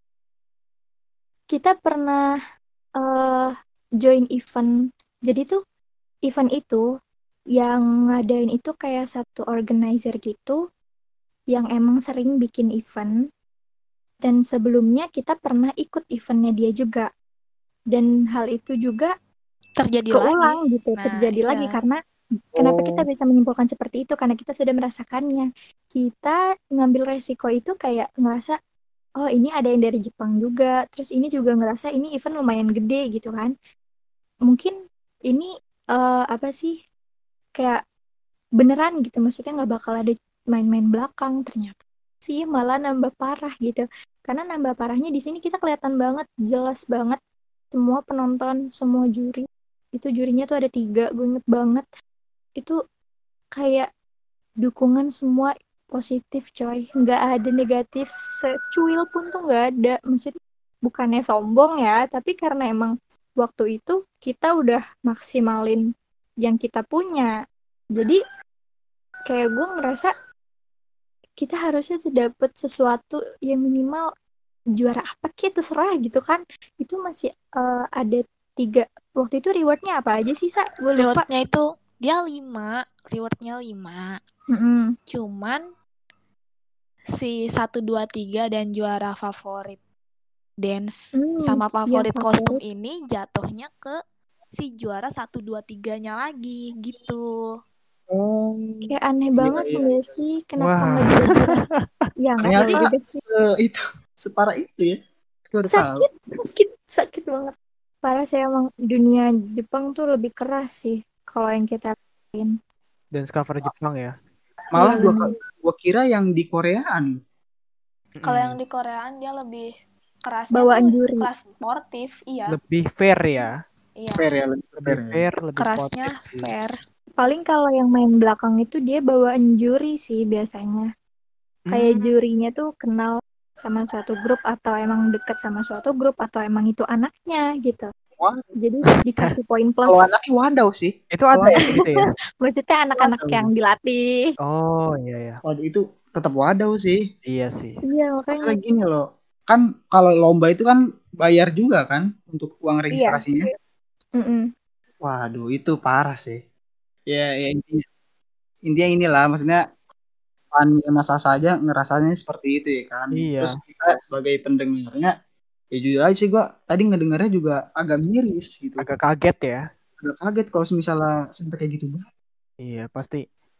[SPEAKER 3] Kita pernah eh join event. Jadi tuh event itu yang ngadain itu kayak satu organizer gitu yang emang sering bikin event. Dan sebelumnya kita pernah ikut eventnya dia juga. Dan hal itu juga
[SPEAKER 4] Terjadi
[SPEAKER 3] keulang
[SPEAKER 4] lagi.
[SPEAKER 3] gitu,
[SPEAKER 4] Nah,
[SPEAKER 3] terjadi
[SPEAKER 4] iya.
[SPEAKER 3] lagi karena kenapa
[SPEAKER 1] Oh,
[SPEAKER 3] kita bisa menyimpulkan seperti itu? Karena kita sudah merasakannya. Kita ngambil resiko itu kayak ngerasa, oh ini ada yang dari Jepang juga, terus ini juga ngerasa ini event lumayan gede gitu kan. Mungkin ini eh, apa sih kayak beneran gitu, maksudnya nggak bakal ada main-main belakang. Ternyata sih malah nambah parah gitu. Karena nambah parahnya di sini kita kelihatan banget, jelas banget semua penonton, semua juri. Itu jurinya tuh ada tiga, gue inget banget. Itu kayak dukungan semua positif coy. Nggak ada negatif, secuil pun tuh nggak ada. Maksudnya bukannya sombong ya, tapi karena emang waktu itu kita udah maksimalin yang kita punya. Jadi kayak gue ngerasa kita harusnya tuh dapet sesuatu yang minimal juara apa kayak terserah gitu kan. Itu masih eh, ada tiga. Waktu itu rewardnya apa aja sih, Sa? Gue lupa.
[SPEAKER 4] Rewardnya itu dia lima, rewardnya lima.
[SPEAKER 3] Mm-mm.
[SPEAKER 4] Cuman si satu dua tiga dan juara favorit dance
[SPEAKER 3] Hmm,
[SPEAKER 4] sama
[SPEAKER 3] yang
[SPEAKER 4] favorit kostum
[SPEAKER 3] favorit.
[SPEAKER 4] ini jatuhnya ke si juara satu dua tiganya lagi gitu.
[SPEAKER 1] oh,
[SPEAKER 3] Kayak aneh
[SPEAKER 1] iya,
[SPEAKER 3] banget
[SPEAKER 1] iya.
[SPEAKER 3] nggak sih? Kenapa
[SPEAKER 2] Wah.
[SPEAKER 3] nggak juga-juga? Ya nggak tahu
[SPEAKER 1] Ternyata
[SPEAKER 3] juga sih.
[SPEAKER 1] eh, itu separah itu ya. Gue udah tahu.
[SPEAKER 3] Sakit, sakit, sakit banget. Parah sih emang dunia Jepang tuh lebih keras sih kalau yang kita lakuin.
[SPEAKER 2] Dance cover Jepang ya.
[SPEAKER 1] Malah
[SPEAKER 3] Iya
[SPEAKER 1] gua
[SPEAKER 3] bener.
[SPEAKER 1] gua kira yang di Koreaan.
[SPEAKER 4] Kalau
[SPEAKER 2] Mm-mm.
[SPEAKER 4] yang di Koreaan dia lebih kerasnya
[SPEAKER 3] Bawaan
[SPEAKER 4] tuh
[SPEAKER 3] juri.
[SPEAKER 4] keras sportif, iya.
[SPEAKER 2] Lebih fair ya.
[SPEAKER 4] Iya.
[SPEAKER 1] Fair ya, lebih
[SPEAKER 2] Lebih
[SPEAKER 1] fair ya.
[SPEAKER 2] fair, lebih
[SPEAKER 4] Kerasnya
[SPEAKER 2] sportif sih.
[SPEAKER 4] fair.
[SPEAKER 3] Paling kalau yang main belakang itu dia bawaan juri sih biasanya. Kayak
[SPEAKER 2] Hmm.
[SPEAKER 3] jurinya tuh kenal sama suatu grup atau emang deket sama suatu grup atau emang itu anaknya gitu.
[SPEAKER 1] Wah,
[SPEAKER 3] Jadi dikasih poin
[SPEAKER 1] kalau
[SPEAKER 3] plus.
[SPEAKER 1] anaknya wadaw sih.
[SPEAKER 2] Itu ada
[SPEAKER 1] Kalau
[SPEAKER 2] ya
[SPEAKER 1] anaknya
[SPEAKER 2] gitu ya.
[SPEAKER 3] Maksudnya anak-anak
[SPEAKER 1] wadaw.
[SPEAKER 3] yang dilatih.
[SPEAKER 2] Oh iya ya.
[SPEAKER 1] Waduh, itu tetap wadaw sih.
[SPEAKER 2] Iya sih.
[SPEAKER 3] Iya makanya.
[SPEAKER 1] Maksudnya gini loh. Kan kalau lomba itu kan bayar juga kan untuk uang
[SPEAKER 3] Iya.
[SPEAKER 1] registrasinya.
[SPEAKER 3] Mm-mm.
[SPEAKER 1] Waduh, itu parah sih. Ya, ya intinya, intinya inilah maksudnya Fanny sama Sasa aja ngerasanya seperti itu ya kan.
[SPEAKER 2] Iya.
[SPEAKER 1] Terus kita sebagai pendengarnya ya jujur aja sih gua tadi ngedengarnya juga agak miris gitu.
[SPEAKER 2] Agak kaget ya.
[SPEAKER 1] Agak kaget kalau misalnya sampai kayak gitu banget.
[SPEAKER 2] Iya pasti.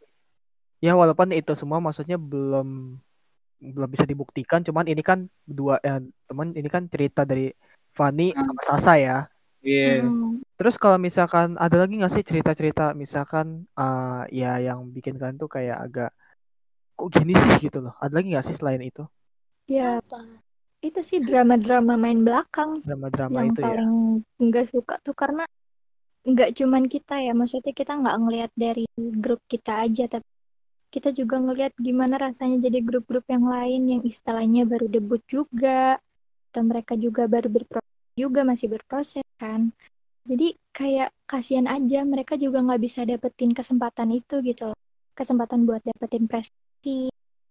[SPEAKER 2] Ya walaupun itu semua maksudnya belum belum bisa dibuktikan, cuman ini kan dua eh, teman ini kan cerita dari Fanny
[SPEAKER 1] Nah,
[SPEAKER 2] sama Sasa ya.
[SPEAKER 1] iya.
[SPEAKER 3] Mm-mm.
[SPEAKER 2] Terus kalau misalkan ada lagi nggak sih cerita-cerita misalkan uh, ya yang bikin kalian tuh kayak agak kok gini sih gitu loh. Ada lagi nggak sih selain itu
[SPEAKER 3] Ya
[SPEAKER 4] Apa?
[SPEAKER 3] itu sih drama-drama main belakang
[SPEAKER 2] drama-drama
[SPEAKER 3] yang
[SPEAKER 2] itu ya?
[SPEAKER 3] paling nggak suka tuh karena nggak cuman kita ya, maksudnya kita nggak ngelihat dari grup kita aja, tapi kita juga ngelihat gimana rasanya jadi grup-grup yang lain yang istilahnya baru debut juga, dan mereka juga baru berproses juga masih berproses kan. Jadi kayak kasihan aja mereka juga nggak bisa dapetin kesempatan itu gitu loh. Kesempatan buat dapetin prestasi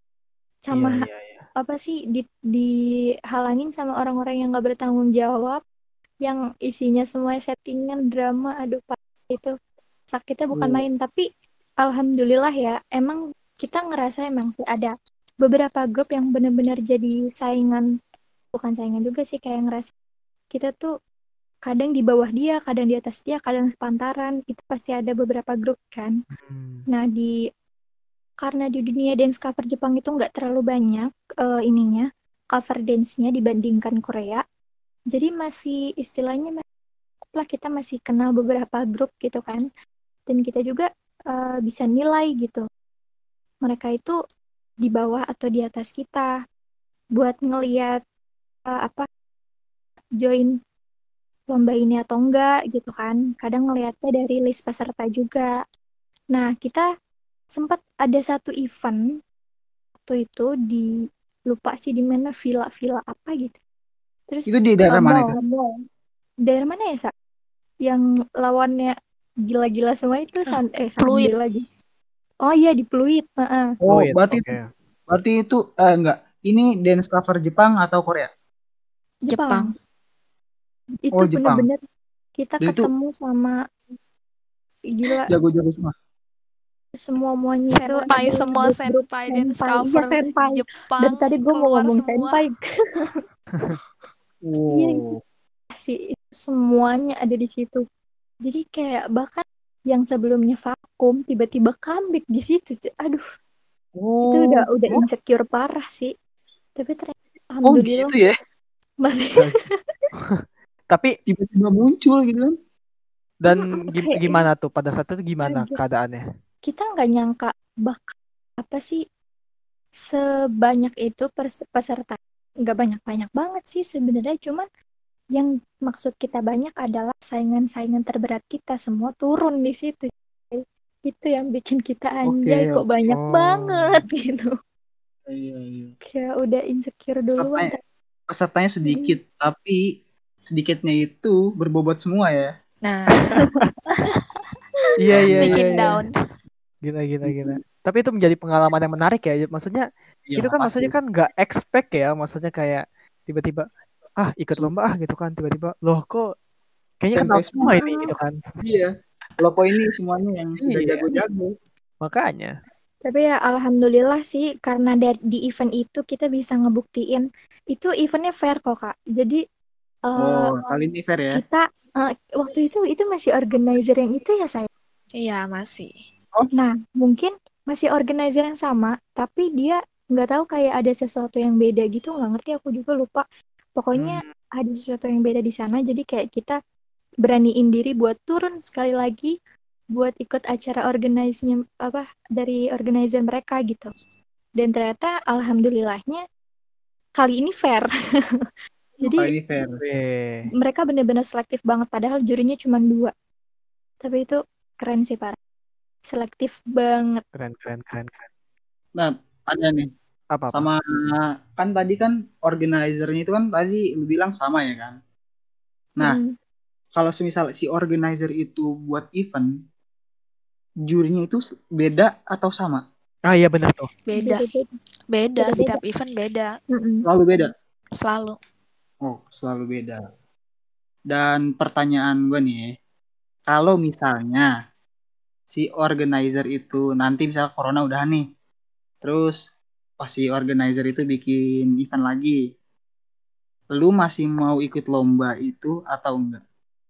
[SPEAKER 3] sama
[SPEAKER 2] Iya iya iya.
[SPEAKER 3] apa sih di dihalangin sama orang-orang yang nggak bertanggung jawab yang isinya semua settingan drama, aduh Pak, itu sakitnya bukan
[SPEAKER 1] Oh.
[SPEAKER 3] main. Tapi alhamdulillah ya, emang kita ngerasa emang sih ada beberapa grup yang benar-benar jadi saingan, bukan saingan juga sih, kayak ngerasa kita tuh kadang di bawah dia, kadang di atas dia, kadang sepantaran. Itu pasti ada beberapa grup kan.
[SPEAKER 2] Hmm.
[SPEAKER 3] Nah, di karena di dunia dance cover Jepang itu nggak terlalu banyak eh, ininya cover dance-nya dibandingkan Korea. Jadi masih istilahnya masih lah, kita masih kenal beberapa grup gitu kan. Dan kita juga eh, bisa nilai gitu. Mereka itu di bawah atau di atas kita buat ngelihat eh, apa join lomba ini atau enggak gitu kan. Kadang ngelihatnya dari list peserta juga. Nah, kita sempat ada satu event waktu itu di lupa sih di mana, villa-villa apa gitu. Terus
[SPEAKER 1] Itu di daerah
[SPEAKER 3] uh,
[SPEAKER 1] mana
[SPEAKER 3] mall,
[SPEAKER 1] itu?
[SPEAKER 3] mall. Daerah mana ya, Sa? Yang lawannya gila-gila semua itu san eh
[SPEAKER 4] Fluid.
[SPEAKER 3] sambil lagi. Oh iya, di Pluit. Heeh.
[SPEAKER 1] Oh,
[SPEAKER 2] Fluid,
[SPEAKER 1] berarti
[SPEAKER 2] oke.
[SPEAKER 1] berarti itu eh, enggak. Ini dance cover Jepang atau Korea?
[SPEAKER 3] Jepang. Itu
[SPEAKER 1] Oh, Jepang.
[SPEAKER 3] bener-bener kita
[SPEAKER 1] Dan itu
[SPEAKER 3] ketemu sama gila
[SPEAKER 1] jago-jago semua.
[SPEAKER 3] semua muanya itu
[SPEAKER 4] Senpai,
[SPEAKER 3] ada
[SPEAKER 4] semua
[SPEAKER 3] grup-grup
[SPEAKER 4] senpai dance
[SPEAKER 3] senpai. Iya,
[SPEAKER 4] cover
[SPEAKER 3] senpai.
[SPEAKER 4] Jepang
[SPEAKER 3] Dari tadi gue mau
[SPEAKER 4] keluar
[SPEAKER 3] ngomong
[SPEAKER 4] semua.
[SPEAKER 3] senpai. Iya,
[SPEAKER 1] Oh.
[SPEAKER 3] sih itu semuanya ada di situ. Jadi kayak bahkan yang sebelumnya vakum tiba-tiba comeback di situ. Aduh, itu
[SPEAKER 1] Oh.
[SPEAKER 3] udah udah
[SPEAKER 1] Oh,
[SPEAKER 3] insecure parah sih. Tapi ternyata
[SPEAKER 1] oh
[SPEAKER 3] alhamdulillah
[SPEAKER 1] gitu ya.
[SPEAKER 3] masih
[SPEAKER 2] Tapi
[SPEAKER 1] Tiba-tiba muncul gitu kan.
[SPEAKER 2] dan
[SPEAKER 3] Mm,
[SPEAKER 2] gim-
[SPEAKER 3] kayak
[SPEAKER 2] gimana tuh pada saat itu gimana
[SPEAKER 3] kaget.
[SPEAKER 2] keadaannya?
[SPEAKER 3] Kita nggak nyangka bakal apa sih sebanyak itu pers- peserta. Nggak banyak-banyak banget sih sebenarnya, cuman yang maksud kita banyak adalah saingan-saingan terberat kita semua turun di situ. Itu yang bikin kita anjay
[SPEAKER 1] Oke,
[SPEAKER 3] kok banyak
[SPEAKER 2] Oh.
[SPEAKER 3] banget gitu.
[SPEAKER 1] Iya, iya.
[SPEAKER 3] Kayak udah insecure duluan.
[SPEAKER 1] Pesertanya, pesertanya sedikit, tapi sedikitnya itu berbobot semua ya.
[SPEAKER 4] Nah,
[SPEAKER 2] Iya iya
[SPEAKER 4] bikin
[SPEAKER 2] iya. iya.
[SPEAKER 4] down.
[SPEAKER 2] Gila gila gila. Tapi itu menjadi pengalaman yang menarik ya. Maksudnya
[SPEAKER 1] Iya,
[SPEAKER 2] itu kan
[SPEAKER 1] pasti.
[SPEAKER 2] maksudnya kan nggak expect ya. Maksudnya kayak tiba-tiba ah ikut
[SPEAKER 1] Sem-
[SPEAKER 2] lomba ah gitu kan, tiba-tiba loh kok kayaknya
[SPEAKER 1] Sampai
[SPEAKER 2] kenal semua
[SPEAKER 1] semua.
[SPEAKER 2] ini gitu kan.
[SPEAKER 1] Iya. Loko ini semuanya yang sudah
[SPEAKER 2] Iya.
[SPEAKER 1] jago-jago.
[SPEAKER 2] Makanya.
[SPEAKER 3] Tapi ya alhamdulillah sih karena dari di event itu kita bisa ngebuktiin itu eventnya fair kok Kak. Jadi eh,
[SPEAKER 1] Oh, kali ini fair ya.
[SPEAKER 3] kita eh, waktu itu itu masih organizer yang itu ya saya.
[SPEAKER 4] Iya, masih.
[SPEAKER 3] Nah, mungkin masih organizer yang sama, tapi dia nggak tahu kayak ada sesuatu yang beda gitu, nggak ngerti aku juga lupa. Pokoknya
[SPEAKER 2] Hmm.
[SPEAKER 3] ada sesuatu yang beda di sana, jadi kayak kita beraniin diri buat turun sekali lagi buat ikut acara organize-nya apa dari organizer mereka gitu. Dan ternyata alhamdulillahnya kali ini fair. Jadi
[SPEAKER 1] Kali ini fair.
[SPEAKER 2] Weh.
[SPEAKER 3] mereka benar-benar selektif banget, padahal jurinya cuma dua. Tapi itu keren sih parah. Selektif banget.
[SPEAKER 2] Keren keren keren keren.
[SPEAKER 1] Nah, ada nih.
[SPEAKER 2] Apa apa?
[SPEAKER 1] Sama kan tadi kan organizernya itu kan tadi lu bilang sama ya kan. Nah,
[SPEAKER 3] Hmm.
[SPEAKER 1] kalau semisal si organizer itu buat event, jurinya itu s- beda atau sama?
[SPEAKER 2] Ah iya benar tuh.
[SPEAKER 4] Beda.
[SPEAKER 3] Beda-beda.
[SPEAKER 4] Beda,
[SPEAKER 3] Beda-beda.
[SPEAKER 4] setiap event beda.
[SPEAKER 3] Mm-mm.
[SPEAKER 1] Selalu beda.
[SPEAKER 4] Selalu.
[SPEAKER 1] Oh, selalu beda. Dan pertanyaan gue nih, kalau misalnya si organizer itu nanti misal corona udah nih, terus pas si organizer itu bikin event lagi, lu masih mau ikut lomba itu atau enggak?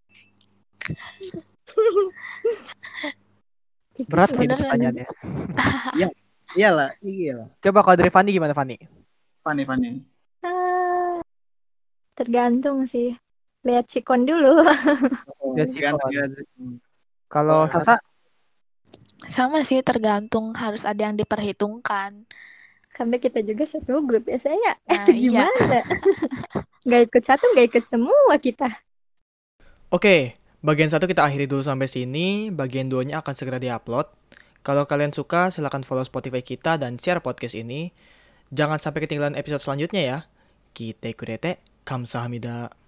[SPEAKER 2] Berat sih ini
[SPEAKER 4] Beneran.
[SPEAKER 2] pertanyaannya.
[SPEAKER 1] Iyalah, iyalah.
[SPEAKER 2] Coba kalau dari Fanny gimana Fanny?
[SPEAKER 1] Fani, Fani.
[SPEAKER 3] Ah, tergantung sih. Lihat sikon dulu.
[SPEAKER 1] Oh,
[SPEAKER 2] Ya sih,
[SPEAKER 1] kan,
[SPEAKER 2] kawan.
[SPEAKER 1] ya.
[SPEAKER 2] Kalau
[SPEAKER 1] Oh,
[SPEAKER 2] Sasa
[SPEAKER 4] Sama sih, tergantung, harus ada yang diperhitungkan.
[SPEAKER 3] Karena kita juga satu grup ya saya.
[SPEAKER 4] Nah, iya.
[SPEAKER 3] Gimana? Gak ikut satu, gak ikut semua kita.
[SPEAKER 5] Oke, bagian satu kita akhiri dulu sampai sini. Bagian duanya akan segera diupload. Kalau kalian suka, silahkan follow Spotify kita dan share podcast ini. Jangan sampai ketinggalan episode selanjutnya ya. Kita kudete, kamsahamnida.